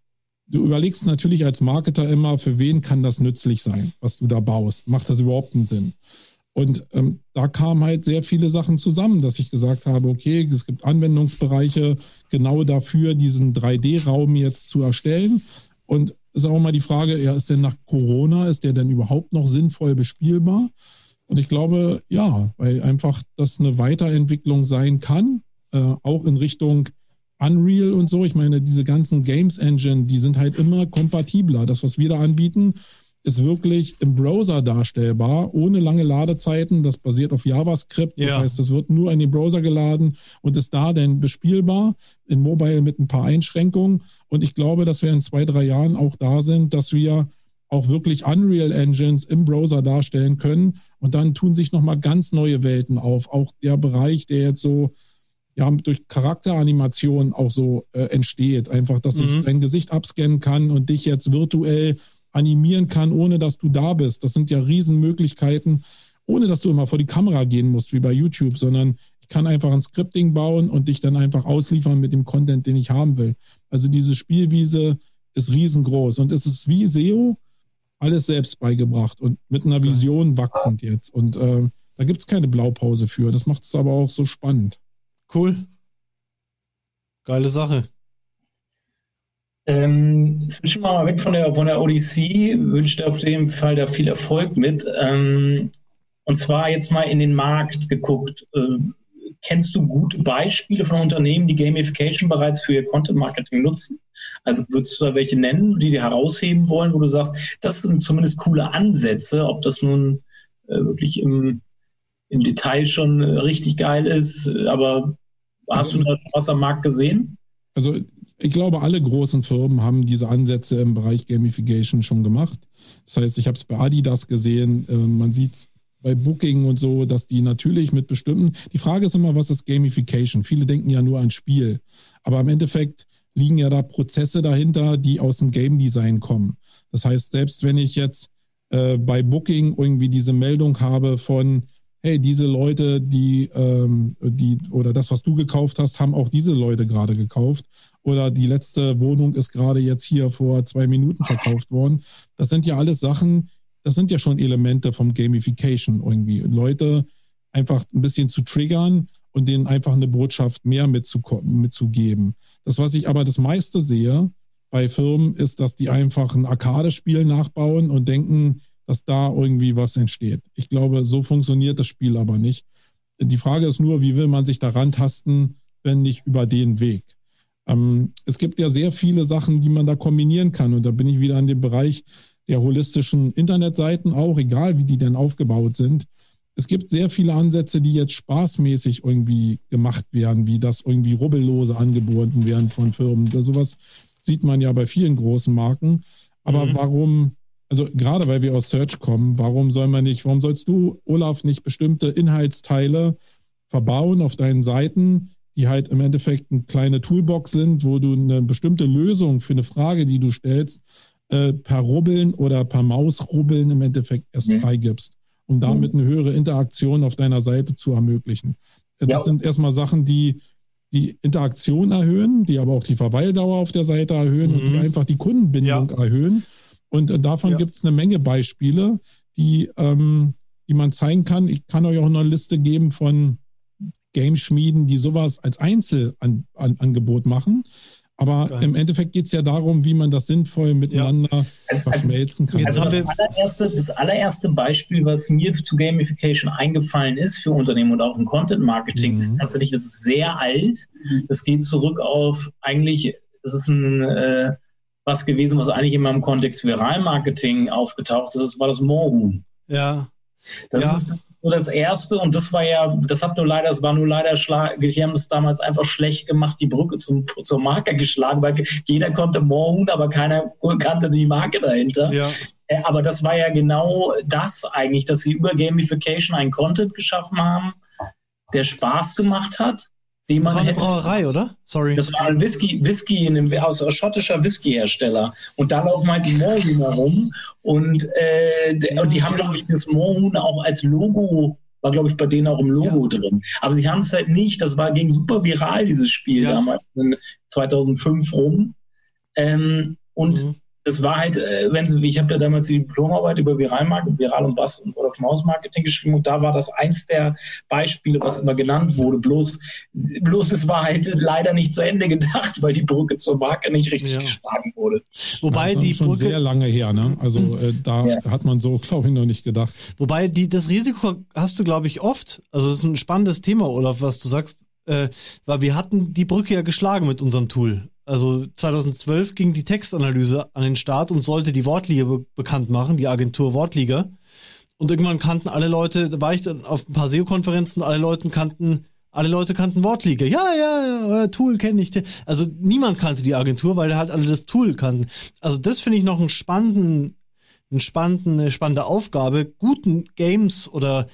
du überlegst natürlich als Marketer immer, für wen kann das nützlich sein, was du da baust? Macht das überhaupt einen Sinn? Und ähm, da kamen halt sehr viele Sachen zusammen, dass ich gesagt habe, okay, es gibt Anwendungsbereiche genau dafür, diesen drei D-Raum jetzt zu erstellen. Und es ist auch mal die Frage, ja, ist denn nach Corona, ist der denn überhaupt noch sinnvoll bespielbar? Und ich glaube, ja, weil einfach das eine Weiterentwicklung sein kann, äh, auch in Richtung Unreal und so. Ich meine, diese ganzen Games Engine, die sind halt immer kompatibler. Das, was wir da anbieten, ist wirklich im Browser darstellbar, ohne lange Ladezeiten. Das basiert auf JavaScript. Das Ja. heißt, es wird nur in den Browser geladen und ist da dann bespielbar, in Mobile mit ein paar Einschränkungen. Und ich glaube, dass wir in zwei, drei Jahren auch da sind, dass wir auch wirklich Unreal Engines im Browser darstellen können. Und dann tun sich nochmal ganz neue Welten auf. Auch der Bereich, der jetzt so ja, durch Charakteranimation auch so äh, entsteht. Einfach, dass Mhm. ich dein Gesicht abscannen kann und dich jetzt virtuell animieren kann, ohne dass du da bist. Das sind ja Riesenmöglichkeiten, ohne dass du immer vor die Kamera gehen musst, wie bei YouTube, sondern ich kann einfach ein Scripting bauen und dich dann einfach ausliefern mit dem Content, den ich haben will. Also diese Spielwiese ist riesengroß und es ist wie S E O, alles selbst beigebracht und mit einer Vision wachsend jetzt. Und äh, da gibt es keine Blaupause für. Das macht es aber auch so spannend. Cool. Geile Sache. Ähm, zwischen mal weg von der, von der Odyssee, wünsche ich dir auf jeden Fall da viel Erfolg mit. Ähm, und zwar jetzt mal in den Markt geguckt. Ähm, kennst du gute Beispiele von Unternehmen, die Gamification bereits für ihr Content-Marketing nutzen? Also würdest du da welche nennen, die dir herausheben wollen, wo du sagst, das sind zumindest coole Ansätze, ob das nun äh, wirklich im, im Detail schon äh, richtig geil ist, aber hast du da was am Markt gesehen? Also ich glaube, alle großen Firmen haben diese Ansätze im Bereich Gamification schon gemacht. Das heißt, ich habe es bei Adidas gesehen, äh, man sieht es bei Booking und so, dass die natürlich mit bestimmten, die Frage ist immer, was ist Gamification? Viele denken ja nur an Spiel, aber im Endeffekt liegen ja da Prozesse dahinter, die aus dem Game Design kommen. Das heißt, selbst wenn ich jetzt äh, bei Booking irgendwie diese Meldung habe von, hey, diese Leute, die, ähm, die, oder das, was du gekauft hast, haben auch diese Leute gerade gekauft. Oder die letzte Wohnung ist gerade jetzt hier vor zwei Minuten verkauft worden. Das sind ja alles Sachen, das sind ja schon Elemente vom Gamification irgendwie. Leute einfach ein bisschen zu triggern und denen einfach eine Botschaft mehr mitzuko- mitzugeben. Das, was ich aber das meiste sehe bei Firmen, ist, dass die einfach ein Arcade-Spiel nachbauen und denken, dass da irgendwie was entsteht. Ich glaube, so funktioniert das Spiel aber nicht. Die Frage ist nur, wie will man sich daran tasten, wenn nicht über den Weg? Ähm, es gibt ja sehr viele Sachen, die man da kombinieren kann. Und da bin ich wieder an dem Bereich der holistischen Internetseiten auch, egal wie die denn aufgebaut sind. Es gibt sehr viele Ansätze, die jetzt spaßmäßig irgendwie gemacht werden, wie das irgendwie rubbellose angeboten werden von Firmen. Da sowas sieht man ja bei vielen großen Marken. Aber mhm. warum... Also gerade weil wir aus Search kommen, warum soll man nicht, warum sollst du, Olaf, nicht bestimmte Inhaltsteile verbauen auf deinen Seiten, die halt im Endeffekt eine kleine Toolbox sind, wo du eine bestimmte Lösung für eine Frage, die du stellst, äh, per Rubbeln oder per Mausrubbeln im Endeffekt erst mhm. freigibst, um damit eine höhere Interaktion auf deiner Seite zu ermöglichen. Das ja. sind erstmal Sachen, die die Interaktion erhöhen, die aber auch die Verweildauer auf der Seite erhöhen mhm. und die einfach die Kundenbindung ja. erhöhen. Und äh, davon ja. gibt es eine Menge Beispiele, die, ähm, die man zeigen kann. Ich kann euch auch noch eine Liste geben von Game-Schmieden, die sowas als Einzelangebot machen. Aber Geil. Im Endeffekt geht es ja darum, wie man das sinnvoll miteinander ja. verschmelzen kann. Also das, allererste, das allererste Beispiel, was mir zu Gamification eingefallen ist für Unternehmen und auch im Content-Marketing, mhm. ist tatsächlich, das ist sehr alt. Das geht zurück auf eigentlich, das ist ein äh, was gewesen, was eigentlich immer im Kontext Viralmarketing aufgetaucht ist. Das war das Moorhuhn. Ja. Das ja. ist so das Erste und das war ja, das hat nur leider, das war nur leider, schlag, die haben es damals einfach schlecht gemacht, die Brücke zum, zur Marke geschlagen, weil jeder konnte Moorhuhn, aber keiner kannte die Marke dahinter. Ja. Aber das war ja genau das eigentlich, dass sie über Gamification einen Content geschaffen haben, der Spaß gemacht hat. Den das man war eine hätte, Brauerei, oder? Sorry. Das war ein Whisky, Whisky in einem, aus ein schottischer Whiskyhersteller. Und da laufen halt die Moorhühner rum. Und, äh, ja, und die haben, glaube ich, das Moorhuhn auch als Logo, war, glaube ich, bei denen auch im Logo ja. drin. Aber sie haben es halt nicht, das war, ging super viral, dieses Spiel ja. damals, in zweitausendfünf rum. Ähm, und mhm. das war halt, äh, wenn Sie, ich habe ja damals die Diplomarbeit über Viralmarketing, Viral- und Bass- und Word-of-Mouse-Marketing geschrieben und da war das eins der Beispiele, was immer genannt wurde. Bloß, bloß es war halt leider nicht zu Ende gedacht, weil die Brücke zur Marke nicht richtig ja. geschlagen wurde. Wobei das ist die schon Brücke sehr lange her, ne? Also äh, da ja. hat man so, glaube ich, noch nicht gedacht. Wobei die, das Risiko hast du, glaube ich, oft. Also das ist ein spannendes Thema, Olaf, was du sagst, äh, weil wir hatten die Brücke ja geschlagen mit unserem Tool. Also zweitausendzwölf ging die Textanalyse an den Start und sollte die Wortliga be- bekannt machen, die Agentur Wortliga. Und irgendwann kannten alle Leute, da war ich dann auf ein paar S E O-Konferenzen, alle Leute kannten, alle Leute kannten Wortliga. Ja, ja, ja, Tool kenne ich. Also niemand kannte die Agentur, weil halt alle das Tool kannten. Also das finde ich noch einen spannenden, einen spannenden, eine spannende Aufgabe, guten Games oder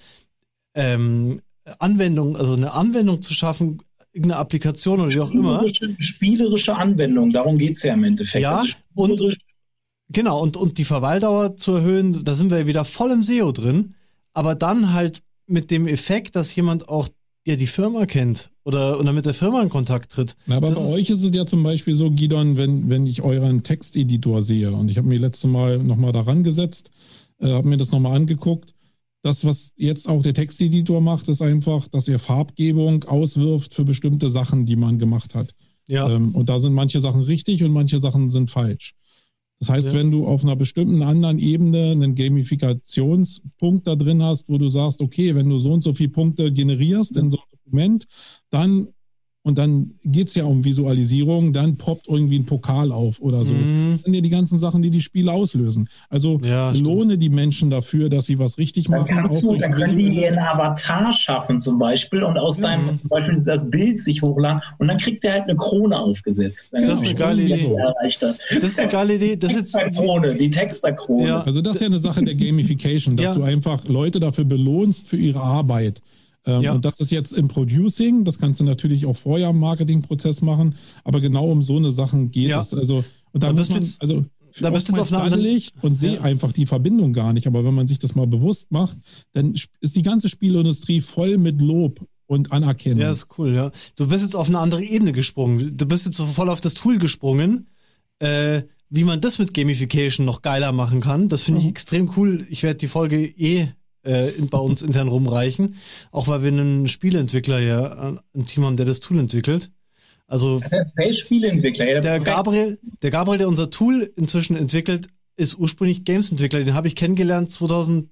ähm, Anwendungen, also eine Anwendung zu schaffen, irgendeine Applikation oder wie auch immer. Spielerische Anwendung, darum geht es ja im Endeffekt. Ja, also und genau, und, und die Verweildauer zu erhöhen, da sind wir wieder voll im S E O drin, aber dann halt mit dem Effekt, dass jemand auch ja die Firma kennt oder, oder mit der Firma in Kontakt tritt. Na, aber das bei euch ist es ja zum Beispiel so, Gidon, wenn, wenn ich euren Texteditor sehe und ich habe mir letztes Mal nochmal daran gesetzt, äh, habe mir das nochmal angeguckt. Das, was jetzt auch der Texteditor macht, ist einfach, dass er Farbgebung auswirft für bestimmte Sachen, die man gemacht hat. Ja. Ähm, und da sind manche Sachen richtig und manche Sachen sind falsch. Das heißt, ja. wenn du auf einer bestimmten anderen Ebene einen Gamifikationspunkt da drin hast, wo du sagst, okay, wenn du so und so viele Punkte generierst in so einem Dokument, dann und dann geht es ja um Visualisierung, dann poppt irgendwie ein Pokal auf oder so. Mhm. Das sind ja die ganzen Sachen, die die Spiele auslösen. Also ja, lohne die Menschen dafür, dass sie was richtig dann machen. Auch du, dann können die ihren Avatar schaffen zum Beispiel und aus mhm. deinem zum Beispiel das Bild sich hochladen und dann kriegt der halt eine Krone aufgesetzt. Wenn das ist eine geile Idee. Erreicht hat. Das ist eine geile Idee. Das ist Krone, die Texterkrone. Ja. Also das ist ja eine Sache der Gamification, dass ja. du einfach Leute dafür belohnst für ihre Arbeit. Ähm, ja. Und das ist jetzt im Producing, das kannst du natürlich auch vorher im Marketingprozess machen, aber genau um so eine Sachen geht ja. es. Also, und da, da muss man, jetzt, also da bist du auf einer und sehe ja. einfach die Verbindung gar nicht. Aber wenn man sich das mal bewusst macht, dann ist die ganze Spielindustrie voll mit Lob und Anerkennung. Ja, ist cool, ja. Du bist jetzt auf eine andere Ebene gesprungen. Du bist jetzt so voll auf das Tool gesprungen, äh, wie man das mit Gamification noch geiler machen kann. Das finde ich mhm. extrem cool. Ich werde die Folge eh Äh, bei uns intern rumreichen, auch weil wir einen Spieleentwickler ja ein Team haben, der das Tool entwickelt. Also der Spieleentwickler, ja, der Gabriel, der Gabriel, der unser Tool inzwischen entwickelt, ist ursprünglich Games-Entwickler. Den habe ich kennengelernt zweitausendacht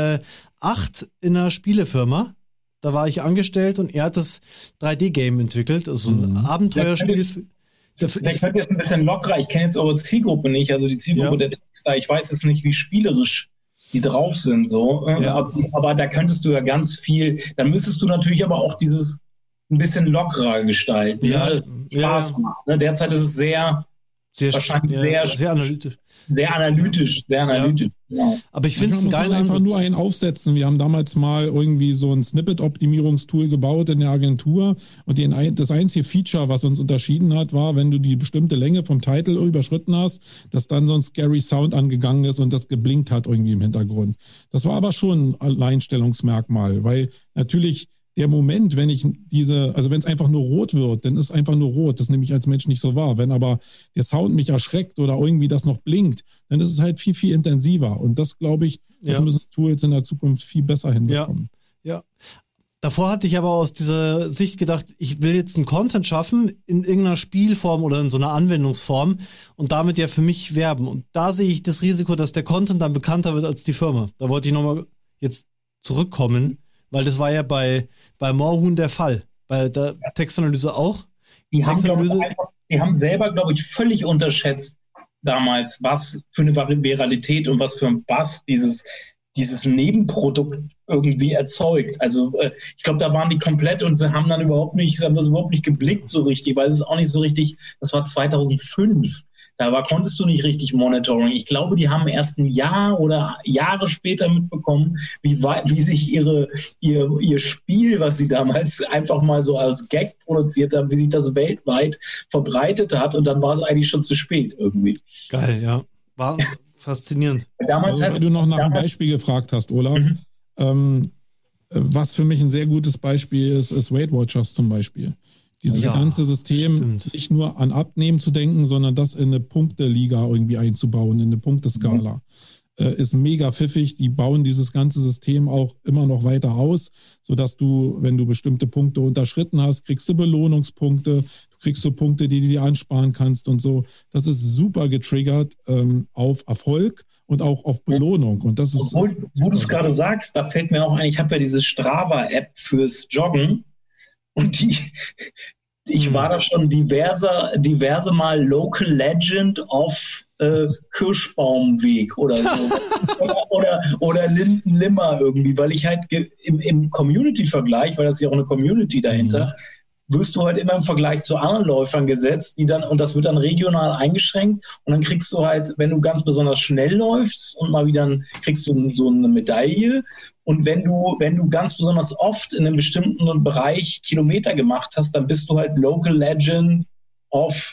in einer Spielefirma. Da war ich angestellt und er hat das drei D-Game entwickelt, also ein mhm. Abenteuerspiel. Der könnt jetzt ein bisschen lockerer. Ich kenne jetzt eure Zielgruppe nicht, also die Zielgruppe ja. der Texter. Ich weiß jetzt nicht, wie spielerisch die drauf sind, so. Ja. Aber, aber da könntest du ja ganz viel, da müsstest du natürlich aber auch dieses ein bisschen lockerer gestalten, ja, ne? Das Spaß ja. macht. Ne? Derzeit ist es sehr Sehr, wahrscheinlich ja, sehr, sehr analytisch. Sehr analytisch, sehr analytisch. Ja. Ja. Aber ich finde es einen geilen einfach Ansatz. nur einen aufsetzen. Wir haben damals mal irgendwie so ein Snippet-Optimierungstool gebaut in der Agentur und den, das einzige Feature, was uns unterschieden hat, war, wenn du die bestimmte Länge vom Titel überschritten hast, dass dann so ein scary Sound angegangen ist und das geblinkt hat irgendwie im Hintergrund. Das war aber schon ein Alleinstellungsmerkmal, weil natürlich der Moment, wenn ich diese, also wenn es einfach nur rot wird, dann ist einfach nur rot. Das nehme ich als Mensch nicht so wahr. Wenn aber der Sound mich erschreckt oder irgendwie das noch blinkt, dann ist es halt viel, viel intensiver. Und das, glaube ich, das ja. müssen Tools in der Zukunft viel besser hinbekommen. Ja, ja. Davor hatte ich aber aus dieser Sicht gedacht, ich will jetzt einen Content schaffen in irgendeiner Spielform oder in so einer Anwendungsform und damit ja für mich werben. Und da sehe ich das Risiko, dass der Content dann bekannter wird als die Firma. Da wollte ich nochmal jetzt zurückkommen. Weil das war ja bei, bei Moorhuhn der Fall. Bei der Textanalyse auch. Die haben, Textanalyse, ich, einfach, die haben selber, glaube ich, völlig unterschätzt damals, was für eine Viralität und was für ein Bass dieses, dieses Nebenprodukt irgendwie erzeugt. Also äh, ich glaube, da waren die komplett und sie haben dann überhaupt nicht, haben das überhaupt nicht geblickt so richtig, weil es ist auch nicht so richtig, das war zweitausendfünf. Da war, konntest du nicht richtig Monitoring. Ich glaube, die haben erst ein Jahr oder Jahre später mitbekommen, wie, wie sich ihre, ihr, ihr Spiel, was sie damals einfach mal so als Gag produziert haben, wie sich das weltweit verbreitet hat. Und dann war es eigentlich schon zu spät irgendwie. Geil, ja. War faszinierend. Damals also, heißt, weil du noch nach damals, einem Beispiel gefragt hast, Olaf. Mhm. Ähm, was für mich ein sehr gutes Beispiel ist, ist Weight Watchers zum Beispiel. Dieses ja, ganze System stimmt. Nicht nur an Abnehmen zu denken, sondern das in eine Punkteliga irgendwie einzubauen, in eine Punkteskala. Mhm. Äh, ist mega pfiffig. Die bauen dieses ganze System auch immer noch weiter aus, sodass du, wenn du bestimmte Punkte unterschritten hast, kriegst du Belohnungspunkte, du kriegst so Punkte, die du dir ansparen kannst und so. Das ist super getriggert ähm, auf Erfolg und auch auf Belohnung. Und das ist. Obwohl, wo du es gerade sagst, da fällt mir auch ein, ich habe ja diese Strava-App fürs Joggen. Und die, ich war da schon diverse, diverse Mal Local Legend auf äh, Kirschbaumweg oder so. oder, oder, oder Lindenlimmer irgendwie, weil ich halt ge- im, im Community-Vergleich, weil das ist ja auch eine Community dahinter, mhm. wirst du halt immer im Vergleich zu anderen Läufern gesetzt, die dann, und das wird dann regional eingeschränkt und dann kriegst du halt, wenn du ganz besonders schnell läufst und mal wieder ein, kriegst du so eine Medaille. Und wenn du, wenn du ganz besonders oft in einem bestimmten Bereich Kilometer gemacht hast, dann bist du halt Local Legend of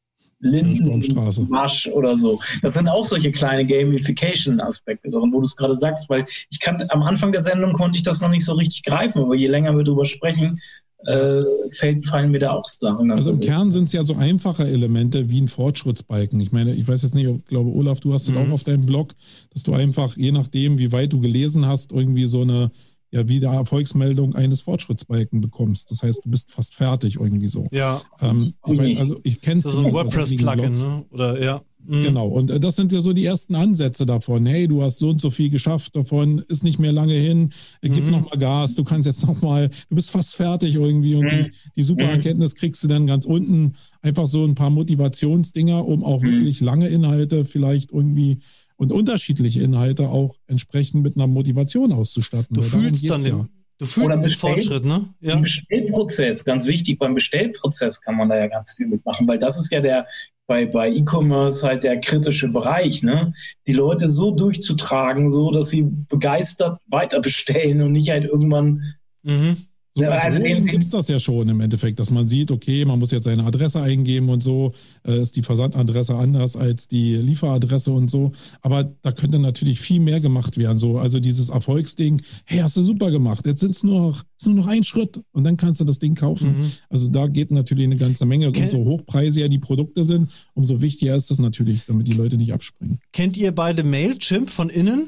Lindenmarsch oder so. Das sind auch solche kleine Gamification-Aspekte drin, wo du es gerade sagst, weil ich kann, am Anfang der Sendung konnte ich das noch nicht so richtig greifen, aber je länger wir darüber sprechen, äh, fallen mir da auch Sachen. Also im Kern sind es ja so einfache Elemente wie ein Fortschrittsbalken. Ich meine, ich weiß jetzt nicht, ich glaube, Olaf, du hast es mhm. auch auf deinem Blog, dass du einfach, je nachdem, wie weit du gelesen hast, irgendwie so eine, ja, wie der Erfolgsmeldung eines Fortschrittsbalken bekommst. Das heißt, du bist fast fertig irgendwie so. Ja. Ähm, ich weiß, also ich kenne es. Das ist so ein WordPress-Plugin, ne? Oder, ja. Mhm. Genau, und äh, das sind ja so die ersten Ansätze davon. Hey, du hast so und so viel geschafft davon, ist nicht mehr lange hin, äh, gib mhm. nochmal Gas, du kannst jetzt nochmal, du bist fast fertig irgendwie und mhm. die, die super Erkenntnis kriegst du dann ganz unten. Einfach so ein paar Motivationsdinger, um auch mhm. wirklich lange Inhalte vielleicht irgendwie und unterschiedliche Inhalte auch entsprechend mit einer Motivation auszustatten. Du fühlst dann den, ja. Du fühlst den Bestell- Fortschritt, ne? Ja. Im Bestellprozess, ganz wichtig, beim Bestellprozess kann man da ja ganz viel mitmachen, weil das ist ja der, bei, bei E-Commerce halt der kritische Bereich, ne? Die Leute so durchzutragen, so, dass sie begeistert weiter bestellen und nicht halt irgendwann... Mhm. So, Ja, also also den- gibt es das ja schon im Endeffekt, dass man sieht, okay, man muss jetzt seine Adresse eingeben und so, äh, ist die Versandadresse anders als die Lieferadresse und so. Aber da könnte natürlich viel mehr gemacht werden. So, also dieses Erfolgsding, hey, hast du super gemacht, jetzt sind es nur noch, ist nur noch ein Schritt und dann kannst du das Ding kaufen. Mhm. Also da geht natürlich eine ganze Menge. Ken- Umso hochpreisiger die Produkte sind, umso wichtiger ist das natürlich, damit die Leute nicht abspringen. Kennt ihr beide Mailchimp von innen?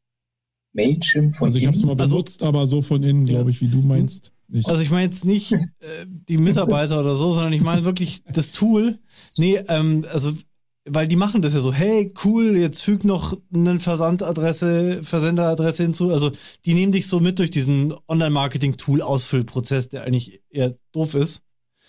Mailchimp von Also ich habe es innen? mal Also- benutzt, aber so von innen, glaube ich, wie du meinst, nicht. Also ich meine jetzt nicht äh, die Mitarbeiter oder so, sondern ich meine wirklich das Tool. Nee, ähm, also weil die machen das ja so, hey, cool, jetzt füg noch eine Versandadresse, Versenderadresse hinzu. Also die nehmen dich so mit durch diesen Online-Marketing-Tool-Ausfüllprozess, der eigentlich eher doof ist.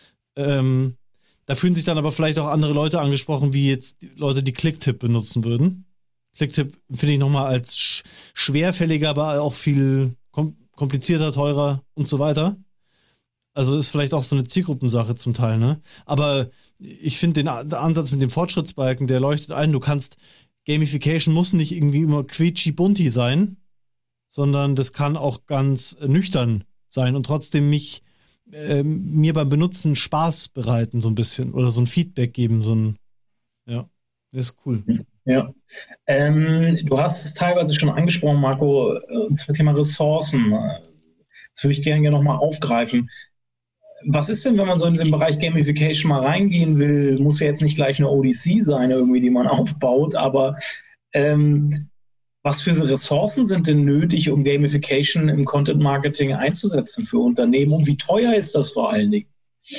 Ähm, da fühlen sich dann aber vielleicht auch andere Leute angesprochen, wie jetzt die Leute, die Clicktip benutzen würden. Clicktip finde ich nochmal als sch- schwerfälliger, aber auch viel kom- komplizierter, teurer und so weiter. Also ist vielleicht auch so eine Zielgruppensache zum Teil, ne? Aber ich finde den Ansatz mit dem Fortschrittsbalken, der leuchtet ein. Du kannst, Gamification muss nicht irgendwie immer quietschi-bunti sein, sondern das kann auch ganz nüchtern sein und trotzdem mich äh, mir beim Benutzen Spaß bereiten so ein bisschen oder so ein Feedback geben, so ein, ja, das ist cool. Ja, ähm, du hast es teilweise schon angesprochen, Marco, zum Thema Ressourcen. Das würde ich gerne, gerne nochmal aufgreifen. Was ist denn, wenn man so in den Bereich Gamification mal reingehen will? Muss ja jetzt nicht gleich eine O D C sein, irgendwie, die man aufbaut, aber ähm, was für Ressourcen sind denn nötig, um Gamification im Content Marketing einzusetzen für Unternehmen und wie teuer ist das vor allen Dingen?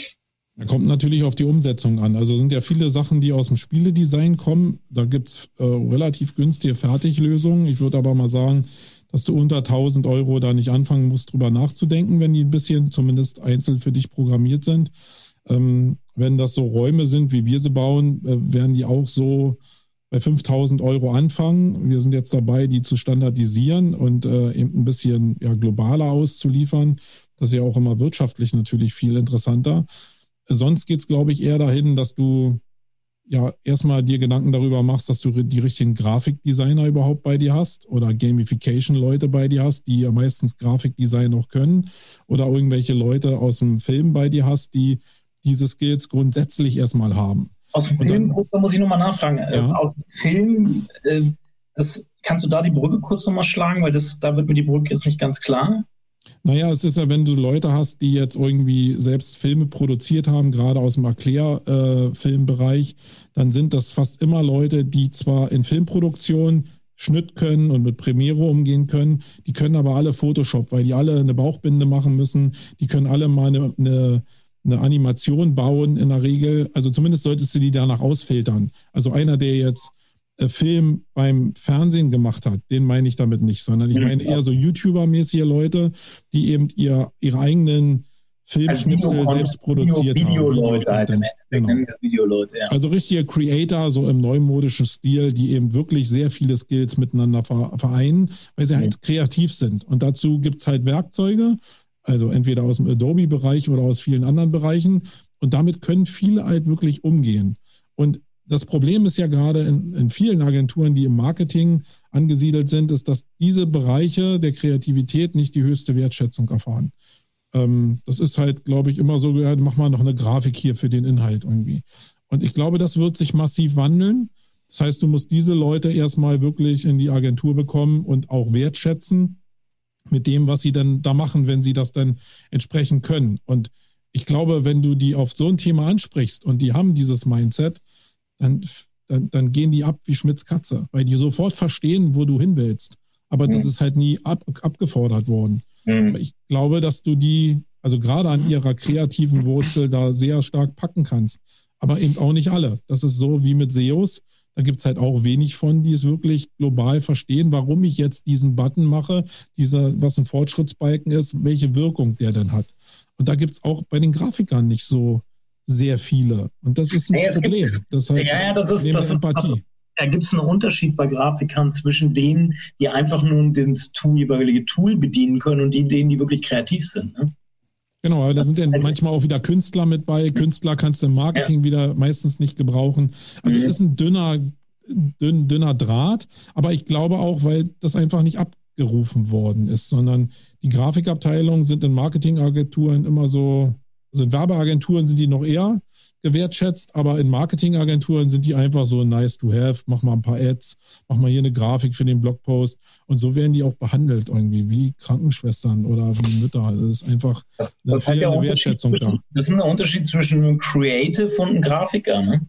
Da kommt natürlich auf die Umsetzung an. Also sind ja viele Sachen, die aus dem Spieledesign kommen. Da gibt es äh, relativ günstige Fertiglösungen. Ich würde aber mal sagen, dass du unter tausend Euro da nicht anfangen musst, drüber nachzudenken, wenn die ein bisschen zumindest einzeln für dich programmiert sind. Ähm, wenn das so Räume sind, wie wir sie bauen, äh, werden die auch so bei fünftausend Euro anfangen. Wir sind jetzt dabei, die zu standardisieren und äh, eben ein bisschen ja, globaler auszuliefern. Das ist ja auch immer wirtschaftlich natürlich viel interessanter. Sonst geht es, glaube ich, eher dahin, dass du ja erstmal dir Gedanken darüber machst, dass du die richtigen Grafikdesigner überhaupt bei dir hast oder Gamification-Leute bei dir hast, die ja meistens Grafikdesign auch können oder irgendwelche Leute aus dem Film bei dir hast, die diese Skills grundsätzlich erstmal haben. Aus dem Film, dann, da muss ich nochmal nachfragen, ja. Aus dem Film, äh, das, kannst du da die Brücke kurz nochmal schlagen, weil das, da wird mir die Brücke jetzt nicht ganz klar. Naja, es ist ja, wenn du Leute hast, die jetzt irgendwie selbst Filme produziert haben, gerade aus dem Erklärfilmbereich, äh, dann sind das fast immer Leute, die zwar in Filmproduktion Schnitt können und mit Premiere umgehen können, die können aber alle Photoshop, weil die alle eine Bauchbinde machen müssen, die können alle mal eine, eine, eine Animation bauen in der Regel, also zumindest solltest du die danach ausfiltern. Also einer, der jetzt Film beim Fernsehen gemacht hat, den meine ich damit nicht, sondern ich meine eher so YouTuber-mäßige Leute, die eben ihr, ihre eigenen Filmschnipsel also selbst produziert Video, haben. Video-Leute, halt im genau. das Video-Leute, ja. Also richtige Creator, so im neumodischen Stil, die eben wirklich sehr viele Skills miteinander vereinen, weil sie mhm. halt kreativ sind. Und dazu gibt es halt Werkzeuge, also entweder aus dem Adobe-Bereich oder aus vielen anderen Bereichen. Und damit können viele halt wirklich umgehen. Und das Problem ist ja gerade in, in vielen Agenturen, die im Marketing angesiedelt sind, ist, dass diese Bereiche der Kreativität nicht die höchste Wertschätzung erfahren. Ähm, das ist halt, glaube ich, immer so, ja, mach mal noch eine Grafik hier für den Inhalt irgendwie. Und ich glaube, das wird sich massiv wandeln. Das heißt, du musst diese Leute erstmal wirklich in die Agentur bekommen und auch wertschätzen mit dem, was sie dann da machen, wenn sie das dann entsprechend können. Und ich glaube, wenn du die auf so ein Thema ansprichst und die haben dieses Mindset, Dann, dann, dann gehen die ab wie Schmitz Katze, weil die sofort verstehen, wo du hin willst. Aber mhm. das ist halt nie ab, abgefordert worden. Mhm. Aber ich glaube, dass du die, also gerade an ihrer kreativen Wurzel da sehr stark packen kannst. Aber eben auch nicht alle. Das ist so wie mit S E Os. Da gibt es halt auch wenig von, die es wirklich global verstehen, warum ich jetzt diesen Button mache, dieser, was ein Fortschrittsbalken ist, welche Wirkung der denn hat. Und da gibt es auch bei den Grafikern nicht so sehr viele. Und das ist ein ja, Problem. Das heißt, ja, ja, das ist, das ist also, da gibt es einen Unterschied bei Grafikern zwischen denen, die einfach nur das jeweilige Tool bedienen können und die, denen, die wirklich kreativ sind. Ne? Genau, aber da sind ja manchmal auch wieder Künstler mit bei. Künstler kannst du im Marketing ja. wieder meistens nicht gebrauchen. Also mhm. ist ein dünner, dünn, dünner Draht, aber ich glaube auch, weil das einfach nicht abgerufen worden ist, sondern die Grafikabteilungen sind in Marketingagenturen immer so. Also in Werbeagenturen sind die noch eher gewertschätzt, aber in Marketingagenturen sind die einfach so nice to have, mach mal ein paar Ads, mach mal hier eine Grafik für den Blogpost und so werden die auch behandelt irgendwie, wie Krankenschwestern oder wie Mütter. Also das ist einfach eine, das hat ja eine Wertschätzung da. Das ist ein Unterschied zwischen einem Creative und einem Grafiker, ne?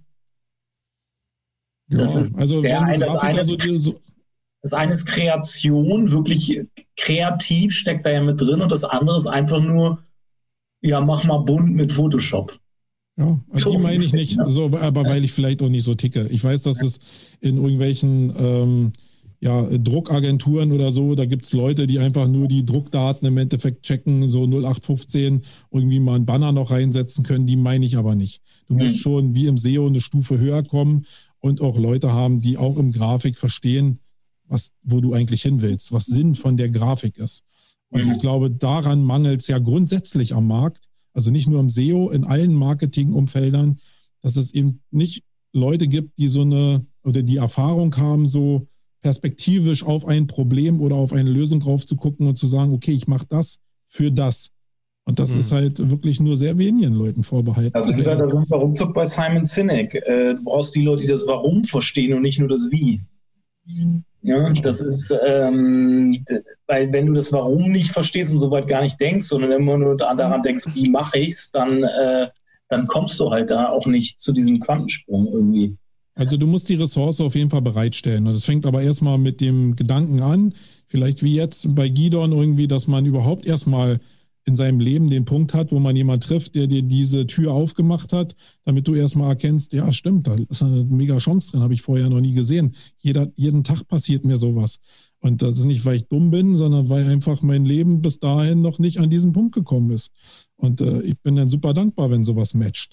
Ja, das ist also wenn eine, du Grafiker das, so, eine, so das eine ist Kreation, wirklich kreativ steckt da ja mit drin und das andere ist einfach nur ja, mach mal bunt mit Photoshop. Ja, also die meine ich nicht, so, aber weil ich vielleicht auch nicht so ticke. Ich weiß, dass es in irgendwelchen ähm, ja, Druckagenturen oder so, da gibt es Leute, die einfach nur die Druckdaten im Endeffekt checken, so null acht fünfzehn, irgendwie mal einen Banner noch reinsetzen können, die meine ich aber nicht. Du musst mhm. schon wie im S E O eine Stufe höher kommen und auch Leute haben, die auch im Grafik verstehen, was, wo du eigentlich hin willst, was Sinn von der Grafik ist. Und ich glaube, daran mangelt es ja grundsätzlich am Markt, also nicht nur im S E O, in allen Marketingumfeldern, dass es eben nicht Leute gibt, die so eine oder die Erfahrung haben, so perspektivisch auf ein Problem oder auf eine Lösung drauf zu gucken und zu sagen, okay, ich mache das für das. Und das mhm. ist halt wirklich nur sehr wenigen Leuten vorbehalten. Also da sind wir ruckzuck bei Simon Sinek. Äh, du brauchst die Leute, die das Warum verstehen und nicht nur das Wie. Ja, das ist, ähm, weil wenn du das Warum nicht verstehst und soweit gar nicht denkst, sondern immer nur daran denkst, wie mache ich's, dann, äh, dann kommst du halt da auch nicht zu diesem Quantensprung irgendwie. Also du musst die Ressource auf jeden Fall bereitstellen. Und das fängt aber erstmal mit dem Gedanken an, vielleicht wie jetzt bei Gidon irgendwie, dass man überhaupt erstmal in seinem Leben den Punkt hat, wo man jemanden trifft, der dir diese Tür aufgemacht hat, damit du erstmal erkennst, ja stimmt, da ist eine mega Chance drin, habe ich vorher noch nie gesehen. Jeder, jeden Tag passiert mir sowas. Und das ist nicht, weil ich dumm bin, sondern weil einfach mein Leben bis dahin noch nicht an diesen Punkt gekommen ist. Und äh, ich bin dann super dankbar, wenn sowas matcht.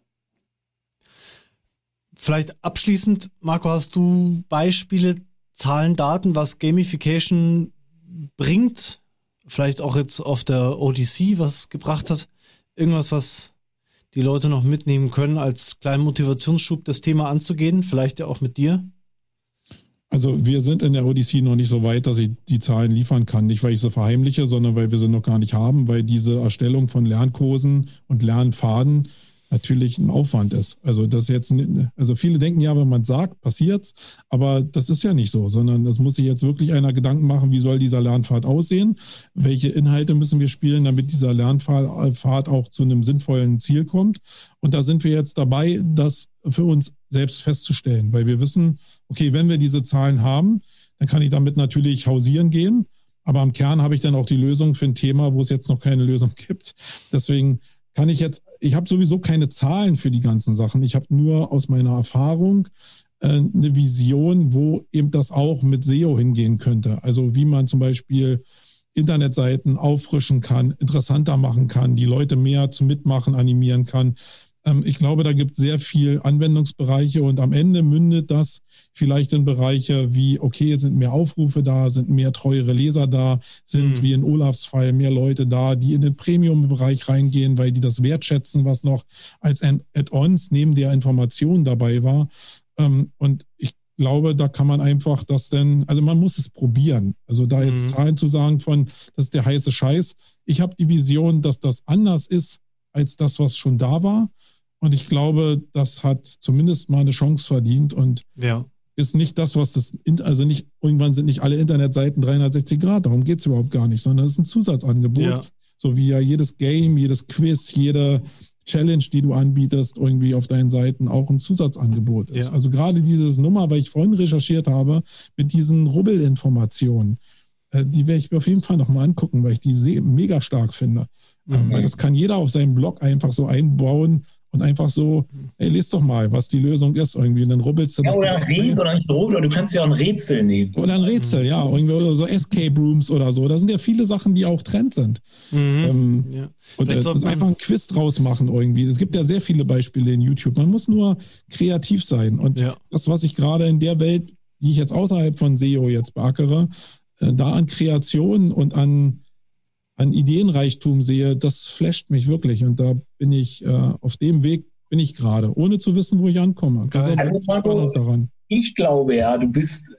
Vielleicht abschließend, Marco, hast du Beispiele, Zahlen, Daten, was Gamification bringt? Vielleicht auch jetzt auf der O D C, was es gebracht hat. Irgendwas, was die Leute noch mitnehmen können, als kleinen Motivationsschub das Thema anzugehen. Vielleicht ja auch mit dir. Also wir sind in der O D C noch nicht so weit, dass ich die Zahlen liefern kann. Nicht, weil ich sie verheimliche, sondern weil wir sie noch gar nicht haben, weil diese Erstellung von Lernkursen und Lernpfaden natürlich ein Aufwand ist. Also das jetzt, also viele denken ja, wenn man sagt, passiert's, aber das ist ja nicht so, sondern das muss sich jetzt wirklich einer Gedanken machen, wie soll dieser Lernpfad aussehen, welche Inhalte müssen wir spielen, damit dieser Lernpfad auch zu einem sinnvollen Ziel kommt. Und da sind wir jetzt dabei, das für uns selbst festzustellen, weil wir wissen, okay, wenn wir diese Zahlen haben, dann kann ich damit natürlich hausieren gehen, aber am Kern habe ich dann auch die Lösung für ein Thema, wo es jetzt noch keine Lösung gibt. Deswegen kann ich jetzt, ich habe sowieso keine Zahlen für die ganzen Sachen. Ich habe nur aus meiner Erfahrung äh, eine Vision, wo eben das auch mit S E O hingehen könnte. Also wie man zum Beispiel Internetseiten auffrischen kann, interessanter machen kann, die Leute mehr zum Mitmachen animieren kann. Ähm, ich glaube, da gibt es sehr viel Anwendungsbereiche und am Ende mündet das vielleicht in Bereiche wie, okay, sind mehr Aufrufe da, sind mehr treuere Leser da, sind mhm. wie in Olafs Fall mehr Leute da, die in den Premium-Bereich reingehen, weil die das wertschätzen, was noch als Add-ons neben der Information dabei war. Ähm, und ich glaube, da kann man einfach das denn, also man muss es probieren. Also da jetzt mhm. Zahlen zu sagen von, das ist der heiße Scheiß. Ich habe die Vision, dass das anders ist als das, was schon da war. Und ich glaube, das hat zumindest mal eine Chance verdient und ja. ist nicht das, was das, also nicht, irgendwann sind nicht alle Internetseiten dreihundertsechzig Grad, darum geht es überhaupt gar nicht, sondern es ist ein Zusatzangebot, ja. so wie ja jedes Game, jedes Quiz, jede Challenge, die du anbietest, irgendwie auf deinen Seiten auch ein Zusatzangebot ist. Ja. Also gerade dieses Nummer, weil ich vorhin recherchiert habe, mit diesen Rubbelinformationen, die werde ich mir auf jeden Fall nochmal angucken, weil ich die mega stark finde. Mhm. Weil das kann jeder auf seinem Blog einfach so einbauen und einfach so, ey, lest doch mal, was die Lösung ist irgendwie. Und dann rubbelst du ja, das. Oder ein Rätsel, oder nicht oder du kannst ja auch ein Rätsel nehmen. Oder ein Rätsel, mhm. ja. Irgendwie oder so Escape Rooms oder so. Da sind ja viele Sachen, die auch Trend sind. Mhm. Ähm, ja. Und das ist einfach ein Quiz draus machen irgendwie. Es gibt ja sehr viele Beispiele in YouTube. Man muss nur kreativ sein. Und ja. das, was ich gerade in der Welt, die ich jetzt außerhalb von S E O jetzt beackere, äh, da an Kreation und an an Ideenreichtum sehe, das flasht mich wirklich. Und da bin ich, äh, auf dem Weg bin ich gerade, ohne zu wissen, wo ich ankomme. Das ist also, spannend daran. Ich glaube ja, du bist,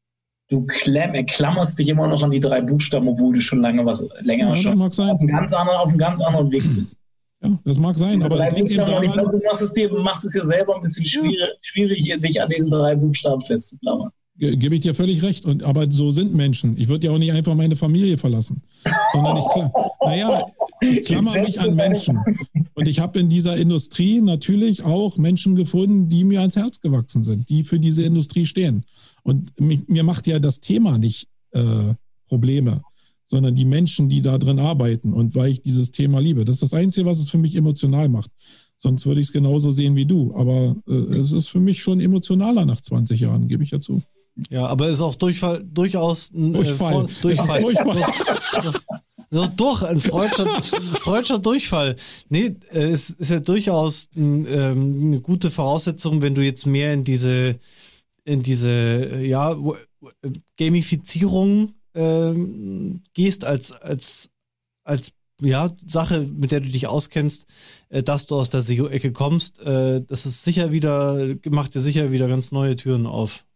du klemm, klammerst dich immer noch an die drei Buchstaben, obwohl du schon lange was länger ja, schon mag sein. Auf, einem ganz anderen, auf einem ganz anderen Weg bist. Ja, das mag sein, diese aber das liegt eben daran, du machst es dir, machst es dir selber ein bisschen schwierig, ja. schwierig, dich an diesen drei Buchstaben festzuklammern. Gebe ich dir völlig recht. Und, aber so sind Menschen. Ich würde ja auch nicht einfach meine Familie verlassen. Sondern ich, naja, ich klammer mich an Menschen. Und ich habe in dieser Industrie natürlich auch Menschen gefunden, die mir ans Herz gewachsen sind, die für diese Industrie stehen. Und mich, mir macht ja das Thema nicht äh, Probleme, sondern die Menschen, die da drin arbeiten. Und weil ich dieses Thema liebe. Das ist das Einzige, was es für mich emotional macht. Sonst würde ich es genauso sehen wie du. Aber äh, es ist für mich schon emotionaler nach zwanzig Jahren, gebe ich ja zu. Ja, aber ist auch Durchfall, durchaus ein Durchfall. Äh, vor, Durchfall. Durchfall. So, so durch, ein freudscher, freudscher Durchfall. Nee, es ist ja durchaus ein, ähm, eine gute Voraussetzung, wenn du jetzt mehr in diese, in diese, ja, Gamifizierung ähm, gehst als, als, als ja, Sache, mit der du dich auskennst, äh, dass du aus der S E O-Ecke kommst. Äh, das ist sicher wieder, macht dir sicher wieder ganz neue Türen auf.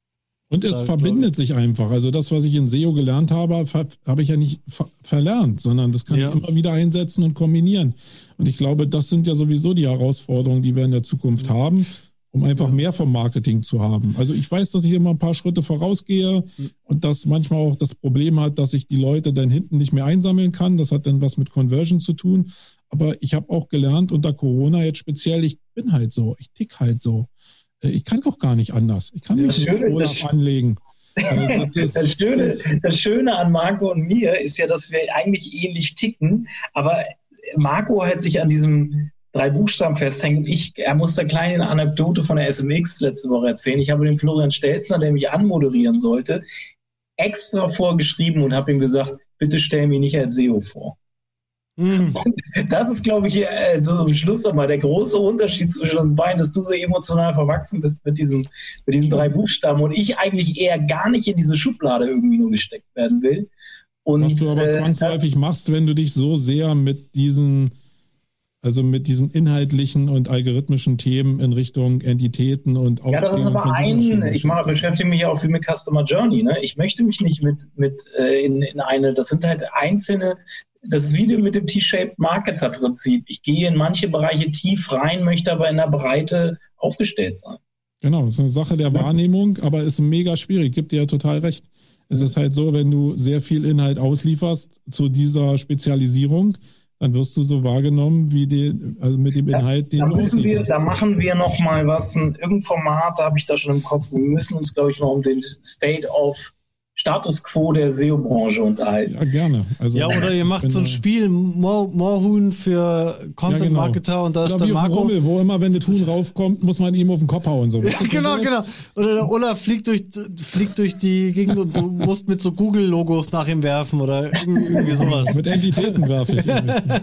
Und es da, verbindet sich einfach. Also das, was ich in S E O gelernt habe, habe ich ja nicht ver- verlernt, sondern das kann ja. ich immer wieder einsetzen und kombinieren. Und ich glaube, das sind ja sowieso die Herausforderungen, die wir in der Zukunft ja. haben, um einfach ja. mehr vom Marketing zu haben. Also ich weiß, dass ich immer ein paar Schritte vorausgehe und das manchmal auch das Problem hat, dass ich die Leute dann hinten nicht mehr einsammeln kann. Das hat dann was mit Conversion zu tun. Aber ich habe auch gelernt unter Corona jetzt speziell, ich bin halt so, ich tick halt so. Ich kann doch gar nicht anders. Ich kann mich nicht mit Olaf anlegen. Also das, das, Schöne, das Schöne an Marco und mir ist ja, dass wir eigentlich ähnlich ticken, aber Marco hat sich an diesem drei Buchstaben festhängen. Ich, er musste eine kleine Anekdote von der S M X letzte Woche erzählen. Ich habe dem Florian Stelzner, der mich anmoderieren sollte, extra vorgeschrieben und habe ihm gesagt, bitte stell mich nicht als S E O vor. Und das ist, glaube ich, so also am Schluss nochmal der große Unterschied zwischen uns beiden, dass du so emotional verwachsen bist mit, diesem, mit diesen drei Buchstaben und ich eigentlich eher gar nicht in diese Schublade irgendwie nur gesteckt werden will. Und, was du aber äh, zwangsläufig machst, wenn du dich so sehr mit diesen, also mit diesen inhaltlichen und algorithmischen Themen in Richtung Entitäten und Ausbildung. Ja, das ist aber ein, ich mache, beschäftige mich ja auch viel mit Customer Journey. Ne? Ich möchte mich nicht mit, mit äh, in, in eine, das sind halt einzelne. Das ist wie mit dem T-Shaped Marketer-Prinzip. Ich gehe in manche Bereiche tief rein, möchte aber in der Breite aufgestellt sein. Genau, das ist eine Sache der Wahrnehmung, aber ist mega schwierig. Gibt dir ja total recht. Es ist halt so, wenn du sehr viel Inhalt auslieferst zu dieser Spezialisierung, dann wirst du so wahrgenommen wie die, also mit dem Inhalt, den da du auslieferst. Wir, da machen wir noch mal was, ein, irgendein Format habe ich da schon im Kopf. Wir müssen uns, glaube ich, noch um den State of Status Quo der S E O-Branche unterhalten. Ja, gerne. Also, ja, oder ihr macht so ein Spiel, Moorhuhn für Content-Marketer ja, genau. Und da ist oder dann Marco. Rummel, wo immer, wenn das Huhn raufkommt, muss man ihm auf den Kopf hauen. So. Ja, genau, so? Genau. Oder der Olaf fliegt durch, fliegt durch die Gegend und du musst mit so Google-Logos nach ihm werfen oder irgendwie sowas. Mit Entitäten werfe ich.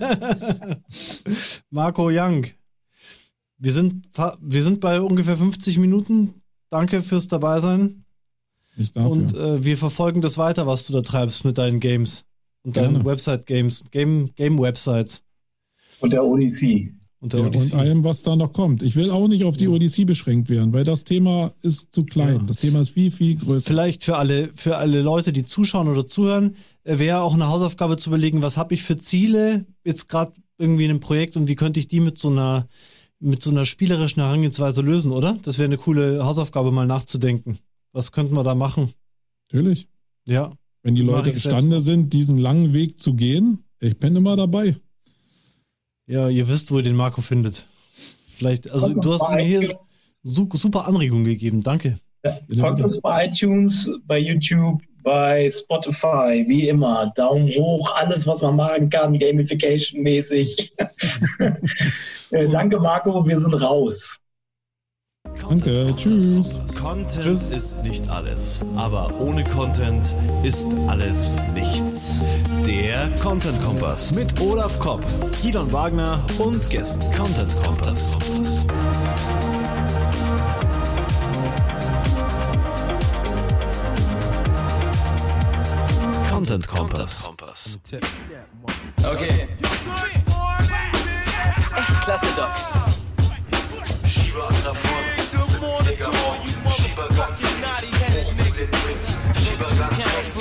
Marco Young. Wir sind, wir sind bei ungefähr fünfzig Minuten. Danke fürs Dabeisein. Und äh, wir verfolgen das weiter, was du da treibst mit deinen Games und Gerne. deinen Website-Games, Game, Game-Websites. Und der Odyssey. Und, der ja, Odyssey. Und allem, was da noch kommt. Ich will auch nicht auf die ja. Odyssey beschränkt werden, weil das Thema ist zu klein. Ja. Das Thema ist viel, viel größer. Vielleicht für alle, für alle Leute, die zuschauen oder zuhören, wäre auch eine Hausaufgabe zu überlegen, was habe ich für Ziele jetzt gerade irgendwie in einem Projekt und wie könnte ich die mit so einer, mit so einer spielerischen Herangehensweise lösen, oder? Das wäre eine coole Hausaufgabe, mal nachzudenken. Was könnten wir da machen? Natürlich. Ja. Wenn die Leute imstande sind, diesen langen Weg zu gehen, ich bin immer dabei. Ja, ihr wisst, wo ihr den Marco findet. Vielleicht, also du hast mir hier super Anregungen gegeben. Danke. Ja, folgt uns bei iTunes, bei YouTube, bei Spotify, wie immer. Daumen hoch, alles, was man machen kann, Gamification-mäßig. Danke, Marco, wir sind raus. Danke, tschüss. Content tschüss. Ist nicht alles, aber ohne Content ist alles nichts. Der Content Kompass mit Olaf Kopp, Gidon Wagner und Gästen. Content Kompass. Content Kompass. Okay. Echt klasse, Doc. Schieber nach vorne. Digga, Schieber ganz hoch mit den Twins. Schieber ganz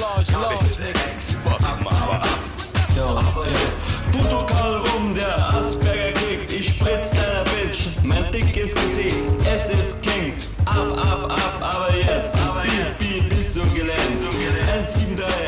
aber jetzt. Portugal rum, der Asperger kickt. Ich spritz deiner Bitch mein Dick ins Gesicht. Es ist King. Ab, ab, ab, aber jetzt. Wie, wie bist du gelernt? eins sieben drei